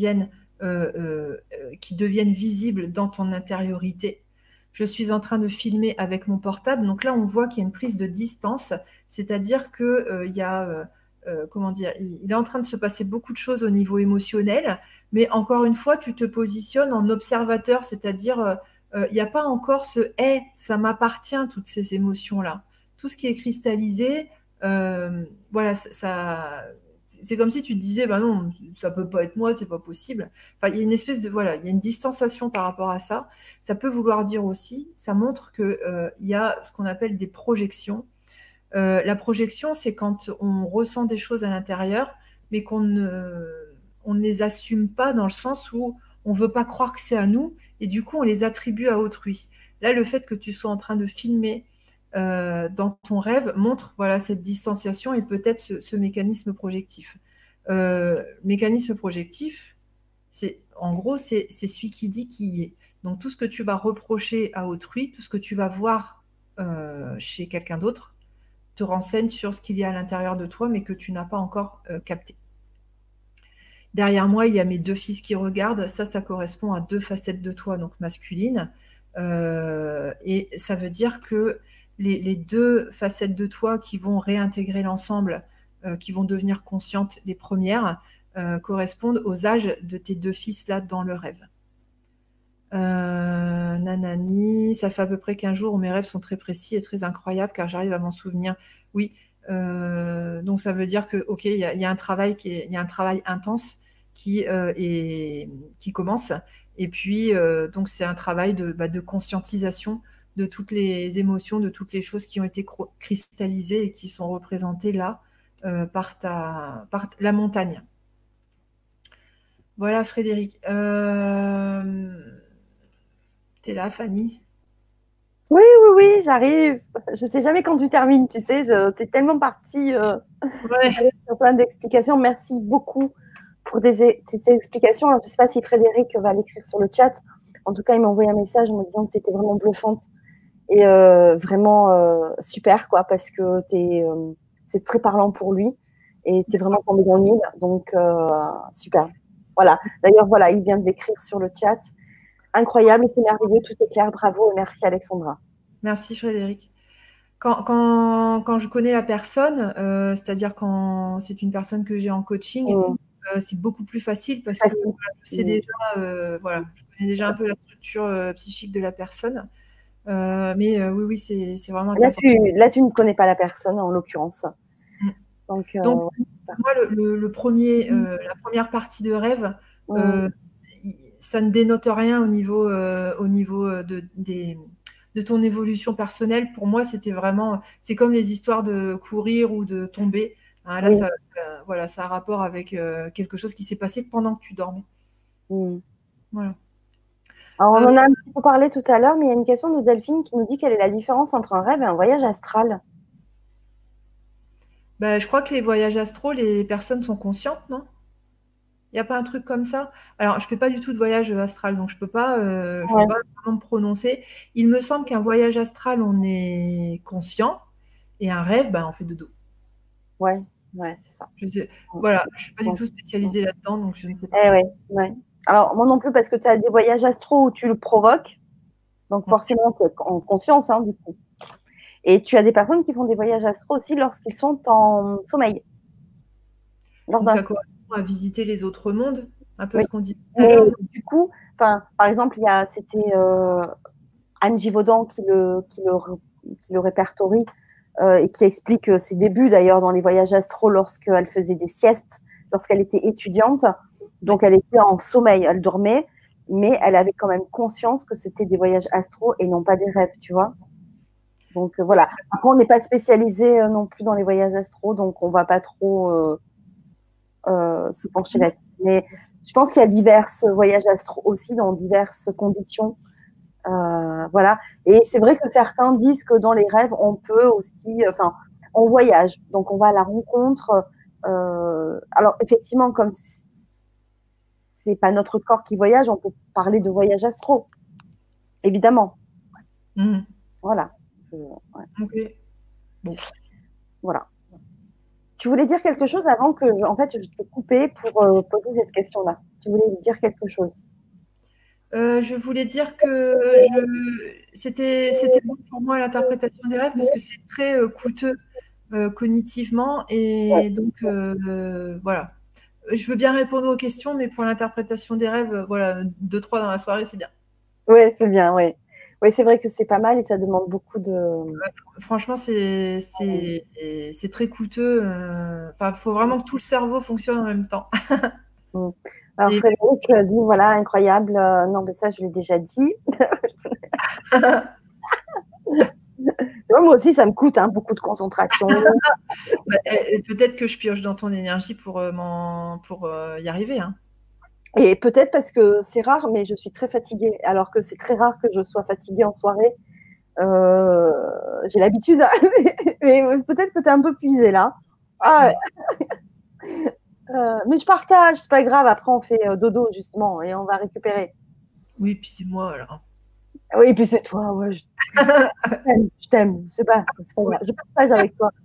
deviennent visibles dans ton intériorité. Je suis en train de filmer avec mon portable. Donc là, on voit qu'il y a une prise de distance. C'est-à-dire qu'il y a... comment dire, il est en train de se passer beaucoup de choses au niveau émotionnel, mais encore une fois, tu te positionnes en observateur, c'est-à-dire il n'y a pas encore ça m'appartient, toutes ces émotions-là. Tout ce qui est cristallisé, voilà, c'est comme si tu te disais, non, ça peut pas être moi, c'est pas possible. Enfin, il y a une espèce de, voilà, il y a une distanciation par rapport à ça. Ça peut vouloir dire aussi, ça montre que il y a ce qu'on appelle des projections. La projection, c'est quand on ressent des choses à l'intérieur, mais qu'on ne les assume pas dans le sens où on ne veut pas croire que c'est à nous, et du coup, on les attribue à autrui. Là, le fait que tu sois en train de filmer dans ton rêve montre cette distanciation et peut-être ce mécanisme projectif. Mécanisme projectif, en gros, c'est celui qui dit qui y est. Donc, tout ce que tu vas reprocher à autrui, tout ce que tu vas voir chez quelqu'un d'autre, te renseigne sur ce qu'il y a à l'intérieur de toi, mais que tu n'as pas encore capté. Derrière moi, il y a mes 2 fils qui regardent. Ça correspond à 2 facettes de toi, donc masculines. Et ça veut dire que les 2 facettes de toi qui vont réintégrer l'ensemble, qui vont devenir conscientes, les premières, correspondent aux âges de tes 2 fils là dans le rêve. Nanani, ça fait à peu près 15 jours où mes rêves sont très précis et très incroyables car j'arrive à m'en souvenir. Oui, donc ça veut dire que ok, il y a un travail il y a un travail intense qui commence. Et puis donc c'est un travail de conscientisation de toutes les émotions, de toutes les choses qui ont été cristallisées et qui sont représentées là par la montagne. Voilà, Frédéric. T'es là, Fanny? Oui, oui, oui, j'arrive. Je sais jamais quand tu termines, tu sais, t'es tellement partie Ouais. sur plein d'explications. Merci beaucoup pour tes explications. Alors, je ne sais pas si Frédéric va l'écrire sur le chat. En tout cas, il m'a envoyé un message en me disant que tu étais vraiment bluffante et vraiment super, quoi, parce que c'est très parlant pour lui et tu es vraiment tombé dans le mille. Donc, super. Voilà. D'ailleurs, voilà, il vient de l'écrire sur le chat. Incroyable, c'est merveilleux, tout est clair. Bravo et merci, Alexandra. Merci, Frédéric. Quand je connais la personne, c'est-à-dire quand c'est une personne que j'ai en coaching, Mmh. c'est beaucoup plus facile parce que Facile. voilà, je sais déjà, voilà, je connais déjà un peu la structure psychique de la personne. Mais oui, oui, c'est vraiment intéressant. Là, tu ne connais pas la personne, en l'occurrence. Mm. Donc, Donc, voilà. moi, la première partie de rêve, Mmh. euh, ça ne dénote rien au niveau de ton évolution personnelle. Pour moi, c'était vraiment, c'est comme les histoires de courir ou de tomber. Hein, là, Oui. voilà, ça a rapport avec quelque chose qui s'est passé pendant que tu dormais. Mmh. Voilà. Alors, on Euh, en a un petit peu parlé tout à l'heure, mais il y a une question de Delphine qui nous dit quelle est la différence entre un rêve et un voyage astral. bah, je crois que les voyages astro, les personnes sont conscientes, non? Il n'y a pas un truc comme ça? Alors, je fais pas du tout de voyage astral, donc je peux Ouais, pas vraiment me prononcer. Il me semble qu'un voyage astral, on est conscient, et un rêve, bah, on fait dodo. ouais, ouais, c'est ça. Je sais, Mmh. voilà, je suis pas du Mmh. tout Mmh. spécialisée là-dedans, donc je ne sais pas. Eh ouais, ouais. Alors, moi non plus, parce que tu as des voyages astro où tu le provoques, donc Ouais. forcément, tu es en conscience, hein, du coup. Et tu as des personnes qui font des voyages astro aussi lorsqu'ils sont en sommeil, lors Donc d'un ça sommeil. correspond à visiter les autres mondes, un peu Oui. ce qu'on dit tout à Mais l'heure. du coup, par exemple, c'était Anne Givaudan qui le répertorie et qui explique ses débuts d'ailleurs dans les voyages astro lorsqu'elle faisait des siestes, lorsqu'elle était étudiante. Ouais. Donc elle était en sommeil, elle dormait, mais elle avait quand même conscience que c'était des voyages astro et non pas des rêves, tu vois. Donc voilà. Après, on n'est pas spécialisé non plus dans les voyages astro, donc on ne va pas trop se pencher là-dessus. Mais je pense qu'il y a divers voyages astro aussi dans diverses conditions. Voilà. Et c'est vrai que certains disent que dans les rêves, on peut aussi, on voyage. Donc, on va à la rencontre. Alors, effectivement, comme c'est pas notre corps qui voyage, on peut parler de voyage astro, évidemment. Mhm. Voilà. Ouais, Ok. Bon. voilà. Tu voulais dire quelque chose avant que, en fait, je t'ai coupé pour poser cette question-là. Tu voulais dire quelque chose. Je voulais dire que c'était bon pour moi l'interprétation des rêves parce que c'est très coûteux cognitivement Ouais, et donc voilà. Je veux bien répondre aux questions, mais pour l'interprétation des rêves, voilà, deux, trois dans la soirée, c'est bien. ouais, c'est bien, ouais. Oui, c'est vrai que c'est pas mal et ça demande beaucoup de. Franchement, c'est très coûteux. Enfin, il faut vraiment que tout le cerveau fonctionne en même temps. Mm. Alors, Et Frédéric dit, voilà, incroyable. Non, mais ça, je l'ai déjà dit. Ouais, moi aussi, ça me coûte beaucoup de concentration. bah, et peut-être que je pioche dans ton énergie pour y arriver, hein. Et peut-être parce que c'est rare, mais je suis très fatiguée. Alors que c'est très rare que je sois fatiguée en soirée. Euh, j'ai l'habitude, hein. Mais peut-être que tu es un peu puisée là. Ah, Ouais. mais je partage, c'est pas grave. Après, on fait dodo, justement, et on va récupérer. Oui, puis c'est moi alors. Oui, et puis c'est toi, ouais, je t'aime, c'est pas Oui. grave. Je partage avec toi.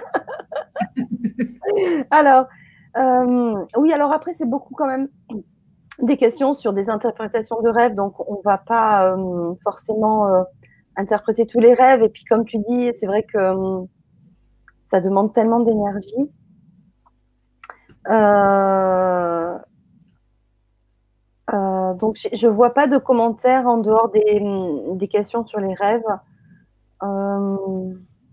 Alors, oui, alors après, c'est beaucoup quand même des questions sur des interprétations de rêves, donc on ne va pas forcément interpréter tous les rêves. Et puis, comme tu dis, c'est vrai que ça demande tellement d'énergie. Euh, donc, je ne vois pas de commentaires en dehors des questions sur les rêves. Euh,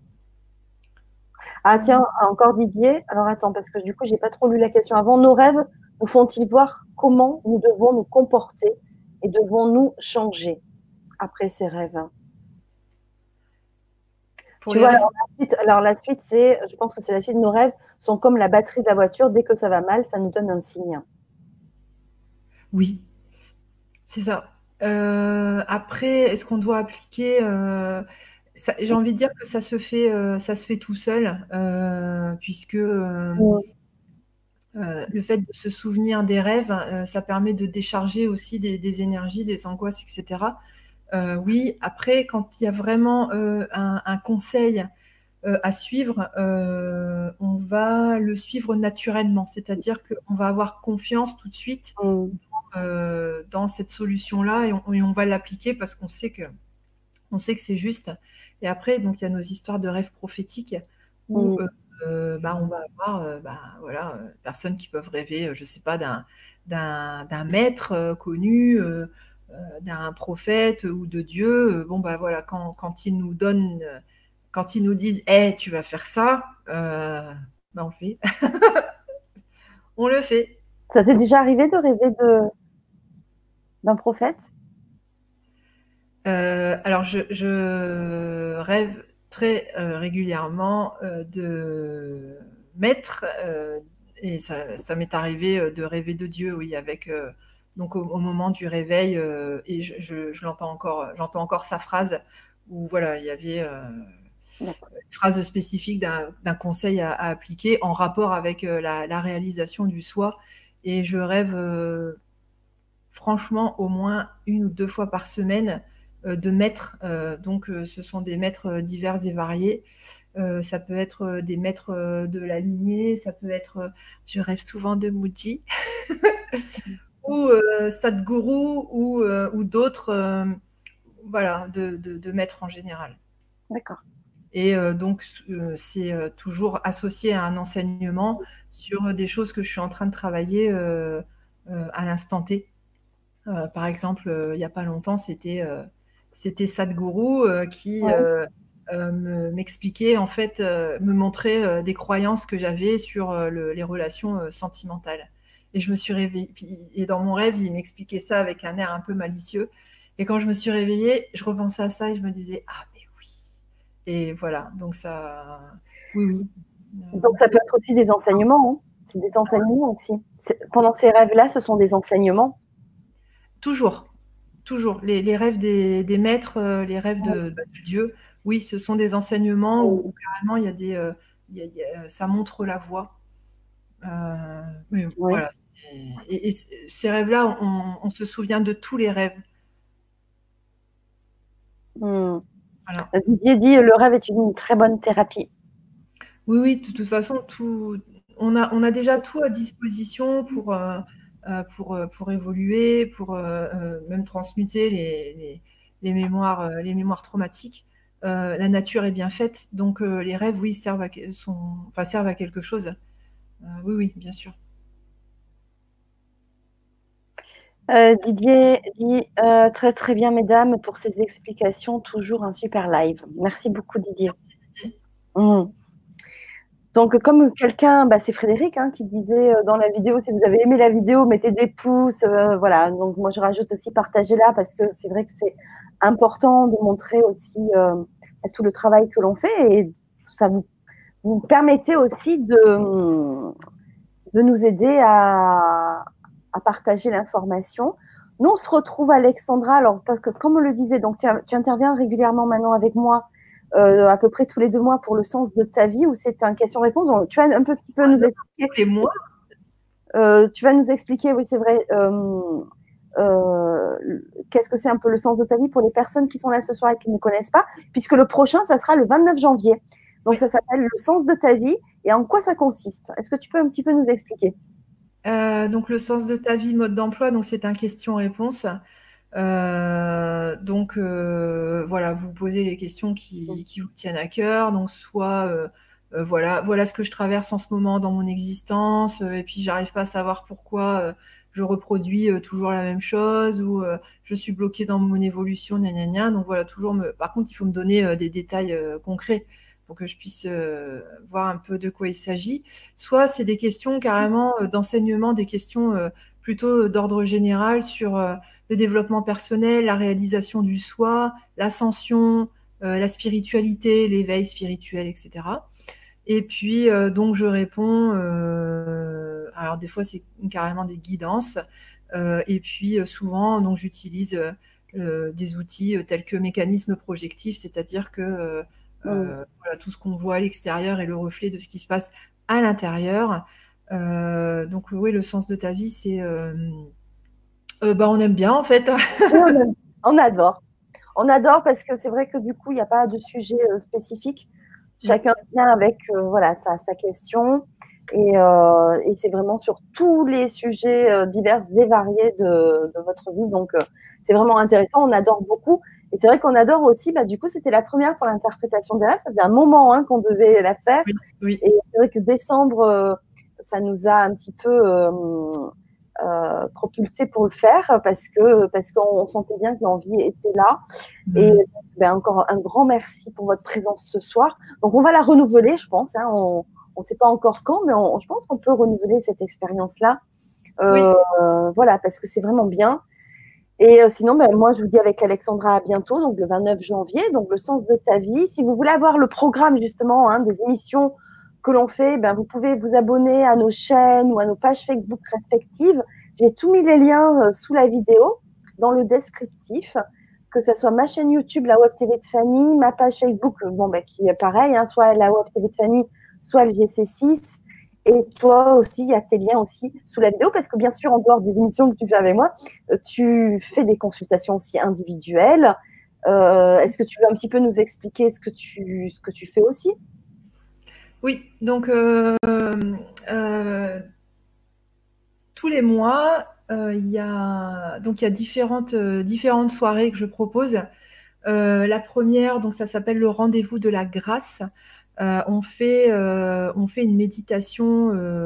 Ah, tiens, encore Didier. Alors, attends, parce que du coup, j'ai pas trop lu la question avant. Nos rêves nous font-ils voir comment nous devons nous comporter et devons-nous changer après ces rêves? Pour Tu les vois, rêves, alors la suite, je pense que c'est la suite. Nos rêves sont comme la batterie de la voiture. Dès que ça va mal, ça nous donne un signe. Oui, c'est ça. Après, est-ce qu'on doit appliquer j'ai envie de dire que ça se fait tout seul, puisque Mm. le fait de se souvenir des rêves, ça permet de décharger aussi des énergies, des angoisses, etc. Oui, après, quand il y a vraiment un conseil à suivre, on va le suivre naturellement. C'est-à-dire qu'on va avoir confiance tout de suite Mm. dans cette solution-là et on va l'appliquer parce on sait que c'est juste. Et après, donc, il y a nos histoires de rêves prophétiques où Mm. bah, on va avoir bah, voilà, personnes qui peuvent rêver, je ne sais pas, d'un maître connu, d'un prophète ou de Dieu. Bon, bah voilà, quand ils nous donnent, quand ils nous disent, hey, tu vas faire ça, bah, on le fait. On le fait. Ça t'est déjà arrivé de rêver d'un prophète? Alors, je rêve très régulièrement de maître, et ça m'est arrivé de rêver de Dieu, oui, avec donc au moment du réveil, et je j'entends encore sa phrase où voilà, il y avait D'accord. une phrase spécifique d'un conseil à appliquer en rapport avec la réalisation du soi. Et je rêve franchement au moins 1 ou 2 fois par semaine de maîtres. Donc, ce sont des maîtres divers et variés. Ça peut être des maîtres de la lignée, ça peut être, je rêve souvent de Muji, ou Sadhguru, ou d'autres, voilà, de maîtres en général. D'accord. Et donc, c'est toujours associé à un enseignement sur des choses que je suis en train de travailler à l'instant T. Par exemple, il n'y a pas longtemps, c'était Sadhguru qui Ouais. m'expliquait, en fait, me montrait des croyances que j'avais sur les relations sentimentales. Et je me suis réveillée, et dans mon rêve, il m'expliquait ça avec un air un peu malicieux. Et quand je me suis réveillée, je repensais à ça et je me disais, ah, mais oui. Et voilà, donc ça, oui, oui. Donc ça peut être aussi des enseignements, hein. C'est des enseignements aussi. Pendant ces rêves-là, ce sont des enseignements. Toujours, toujours. Les rêves des maîtres, les rêves de Dieu, oui, ce sont des enseignements où carrément il y a ça montre la voie. Mais Oui. voilà. Et ces rêves-là, on se souvient de tous les rêves. Hmm. Voilà. Didier dit le rêve est une très bonne thérapie. Oui, oui, de toute façon, on a déjà tout à disposition pour évoluer, pour même transmuter les mémoires traumatiques. La nature est bien faite, donc les rêves, oui, servent à quelque chose. Oui, oui, bien sûr. Didier dit très très bien mesdames pour ces explications, toujours un super live. Merci beaucoup Didier. Merci, Didier. Hmm. Donc comme quelqu'un, bah, c'est Frédéric hein, qui disait dans la vidéo, si vous avez aimé la vidéo, mettez des pouces, voilà. Donc moi je rajoute aussi partagez-la parce que c'est vrai que c'est important de montrer aussi tout le travail que l'on fait et ça vous permettez aussi de nous aider à partager l'information. Nous, on se retrouve, Alexandra, alors, parce que, comme on le disait, donc tu interviens régulièrement maintenant avec moi, à peu près tous les 2 mois pour le sens de ta vie, où c'est un question-réponse. Donc, tu vas un petit peu nous expliquer. Tous les mois. Tu vas nous expliquer, oui, c'est vrai, qu'est-ce que c'est un peu le sens de ta vie pour les personnes qui sont là ce soir et qui ne connaissent pas, puisque le prochain, ça sera le 29 janvier. Donc, Oui. ça s'appelle le sens de ta vie et en quoi ça consiste. Est-ce que tu peux un petit peu nous expliquer? Donc le sens de ta vie, mode d'emploi, donc c'est un question-réponse. Donc voilà, vous posez les questions qui vous tiennent à cœur. Donc soit voilà ce que je traverse en ce moment dans mon existence, et puis j'arrive pas à savoir pourquoi je reproduis toujours la même chose, ou je suis bloquée dans mon évolution, gna gna gna. Donc voilà, par contre, il faut me donner des détails concrets pour que je puisse voir un peu de quoi il s'agit. Soit c'est des questions carrément d'enseignement, des questions plutôt d'ordre général sur le développement personnel, la réalisation du soi, l'ascension, la spiritualité, l'éveil spirituel, etc. Et puis, donc, je réponds. Alors, des fois, c'est carrément des guidances. Et puis souvent, donc j'utilise des outils tels que mécanisme projectif, c'est-à-dire que voilà, tout ce qu'on voit à l'extérieur est le reflet de ce qui se passe à l'intérieur. Donc oui, le sens de ta vie, c'est bah, on aime bien en fait. Oui, on adore. On adore parce que c'est vrai que du coup, il n'y a pas de sujet spécifique. Chacun vient avec voilà, sa question. Et c'est vraiment sur tous les sujets divers et variés de votre vie. Donc, c'est vraiment intéressant. On adore beaucoup. Et c'est vrai qu'on adore aussi, bah, du coup, c'était la première pour l'interprétation des rêves. Ça faisait un moment qu'on devait la faire. Oui, oui. Et c'est vrai que décembre, ça nous a un petit peu propulsé pour le faire parce qu'on sentait bien que l'envie était là. Et ben, encore un grand merci pour votre présence ce soir. Donc, on va la renouveler, je pense. On ne sait pas encore quand, mais je pense qu'on peut renouveler cette expérience-là. Oui. Voilà, parce que c'est vraiment bien. Et sinon, ben, moi, je vous dis avec Alexandra à bientôt, donc le 29 janvier, donc le sens de ta vie. Si vous voulez avoir le programme, justement, des émissions que l'on fait, ben, vous pouvez vous abonner à nos chaînes ou à nos pages Facebook respectives. J'ai tout mis les liens sous la vidéo, dans le descriptif, que ce soit ma chaîne YouTube, la Web TV de Fanny, ma page Facebook, bon, ben, qui est pareil, soit la Web TV de Fanny, soit le GC6. Et toi aussi, il y a tes liens aussi sous la vidéo, parce que bien sûr, en dehors des émissions que tu fais avec moi, tu fais des consultations aussi individuelles. Est-ce que tu veux un petit peu nous expliquer ce que tu fais aussi? Oui, donc tous les mois, il y a différentes soirées que je propose. La première, donc ça s'appelle le rendez-vous de la grâce. On fait une méditation,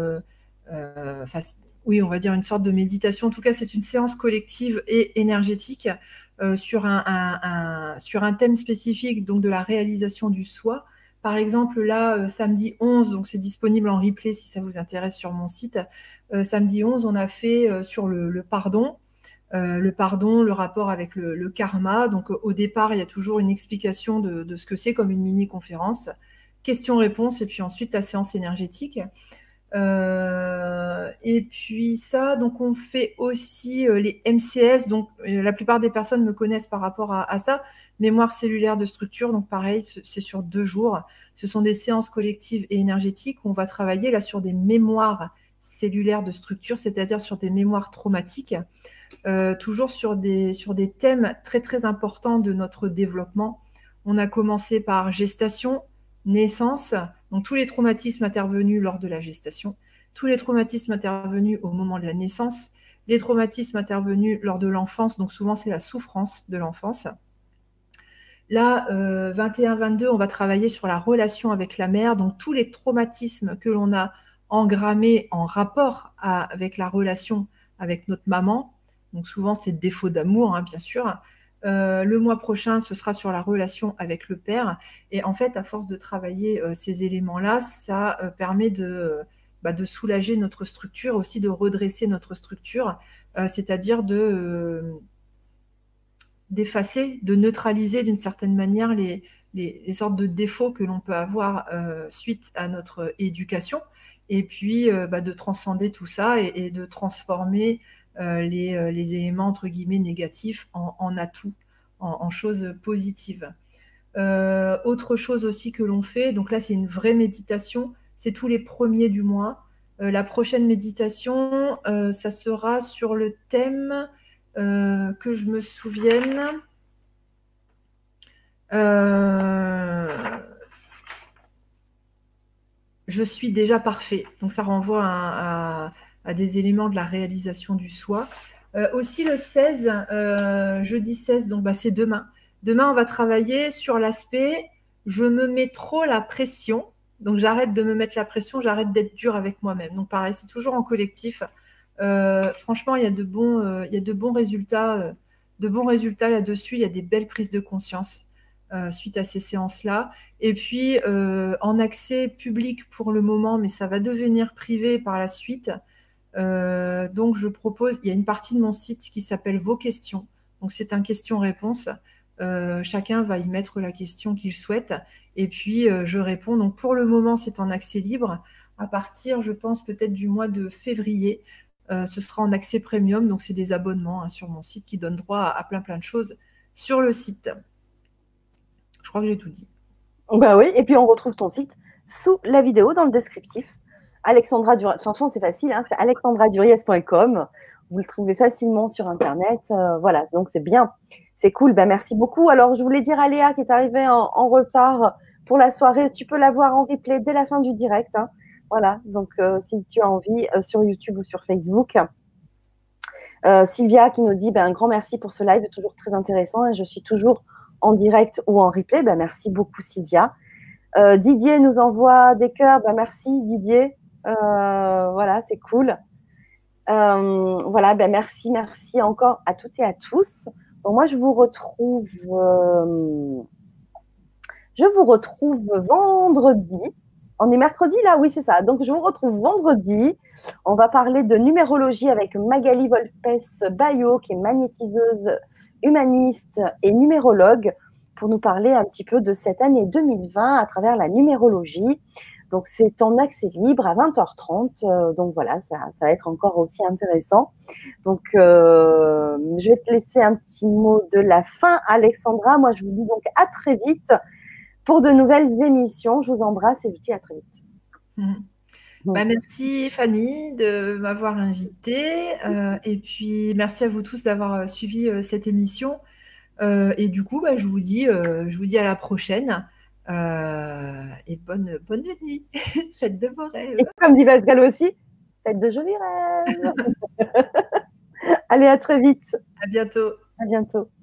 oui, on va dire une sorte de méditation. En tout cas, c'est une séance collective et énergétique sur sur un thème spécifique, donc de la réalisation du soi. Par exemple, là, samedi 11, donc c'est disponible en replay si ça vous intéresse sur mon site. Samedi 11, on a fait sur le pardon. Le pardon, le rapport avec le karma. Donc au départ, il y a toujours une explication de ce que c'est comme une mini-conférence, question-réponse, et puis ensuite la séance énergétique. Et puis ça, donc on fait aussi les MCS. Donc la plupart des personnes me connaissent par rapport à ça. Mémoire cellulaire de structure, donc pareil, c'est sur 2 jours. Ce sont des séances collectives et énergétiques où on va travailler là sur des mémoires cellulaires de structure, c'est-à-dire sur des mémoires traumatiques. Toujours sur des thèmes très très importants de notre développement. On a commencé par gestation, naissance, donc tous les traumatismes intervenus lors de la gestation, tous les traumatismes intervenus au moment de la naissance, les traumatismes intervenus lors de l'enfance, donc souvent c'est la souffrance de l'enfance. Là, 21-22, on va travailler sur la relation avec la mère, donc tous les traumatismes que l'on a engrammés en rapport avec la relation avec notre maman. Donc souvent, c'est défaut d'amour, bien sûr. Le mois prochain, ce sera sur la relation avec le père. Et en fait, à force de travailler ces éléments-là, ça permet de soulager notre structure, aussi de redresser notre structure, c'est-à-dire d'effacer, de neutraliser d'une certaine manière les sortes de défauts que l'on peut avoir suite à notre éducation, et puis de transcender tout ça et de transformer les éléments entre guillemets négatifs en atouts, en choses positives. Autre chose aussi que l'on fait, donc là c'est une vraie méditation, c'est tous les premiers du mois. La prochaine méditation, ça sera sur le thème que je me souvienne. Je suis déjà parfait. Donc ça renvoie à des éléments de la réalisation du soi. Aussi le 16, jeudi 16, donc c'est demain. Demain, on va travailler sur l'aspect je me mets trop la pression. Donc j'arrête de me mettre la pression, j'arrête d'être dure avec moi-même. Donc pareil, c'est toujours en collectif. Franchement, il y a de bons résultats, là-dessus. Il y a des belles prises de conscience suite à ces séances-là. Et puis en accès public pour le moment, mais ça va devenir privé par la suite. Donc je propose, il y a une partie de mon site qui s'appelle Vos questions. Donc c'est un question-réponse. Chacun va y mettre la question qu'il souhaite. Et puis je réponds. Donc pour le moment, c'est en accès libre. À partir, je pense, peut-être du mois de février, Ce sera en accès premium, donc c'est des abonnements hein, sur mon site qui donnent droit à plein de choses sur le site. Je crois que j'ai tout dit. Bah oui, et puis on retrouve ton site sous la vidéo dans le descriptif. Alexandra Duriez, franchement c'est facile, hein, c'est alexandraduriez.com. Vous le trouvez facilement sur Internet. Voilà, donc c'est bien, c'est cool. Ben, merci beaucoup. Alors je voulais dire à Léa qui est arrivée en retard pour la soirée, tu peux la voir en replay dès la fin du direct. Hein. Voilà, donc si tu as envie, sur YouTube ou sur Facebook. Sylvia qui nous dit un grand merci pour ce live, toujours très intéressant. Et je suis toujours en direct ou en replay. Merci beaucoup Sylvia. Didier nous envoie des cœurs. Merci Didier. Voilà, c'est cool. Voilà, merci encore à toutes et à tous. Donc, moi, je vous retrouve vendredi. On est mercredi là? Oui, c'est ça. Donc, je vous retrouve vendredi. On va parler de numérologie avec Magali Volpes-Bayo, qui est magnétiseuse, humaniste et numérologue, pour nous parler un petit peu de cette année 2020 à travers la numérologie. Donc, c'est en accès libre à 20h30. Donc, voilà, ça va être encore aussi intéressant. Donc, je vais te laisser un petit mot de la fin, Alexandra. Moi, je vous dis donc à très vite pour de nouvelles émissions. Je vous embrasse et je vous dis à très vite. Merci Fanny de m'avoir invitée. Et puis, merci à vous tous d'avoir suivi cette émission. Et du coup, je vous dis à la prochaine. Et bonne nuit. Faites de beaux rêves. Et comme dit Pascal aussi, faites de jolis rêves. Allez, à très vite. À bientôt. À bientôt.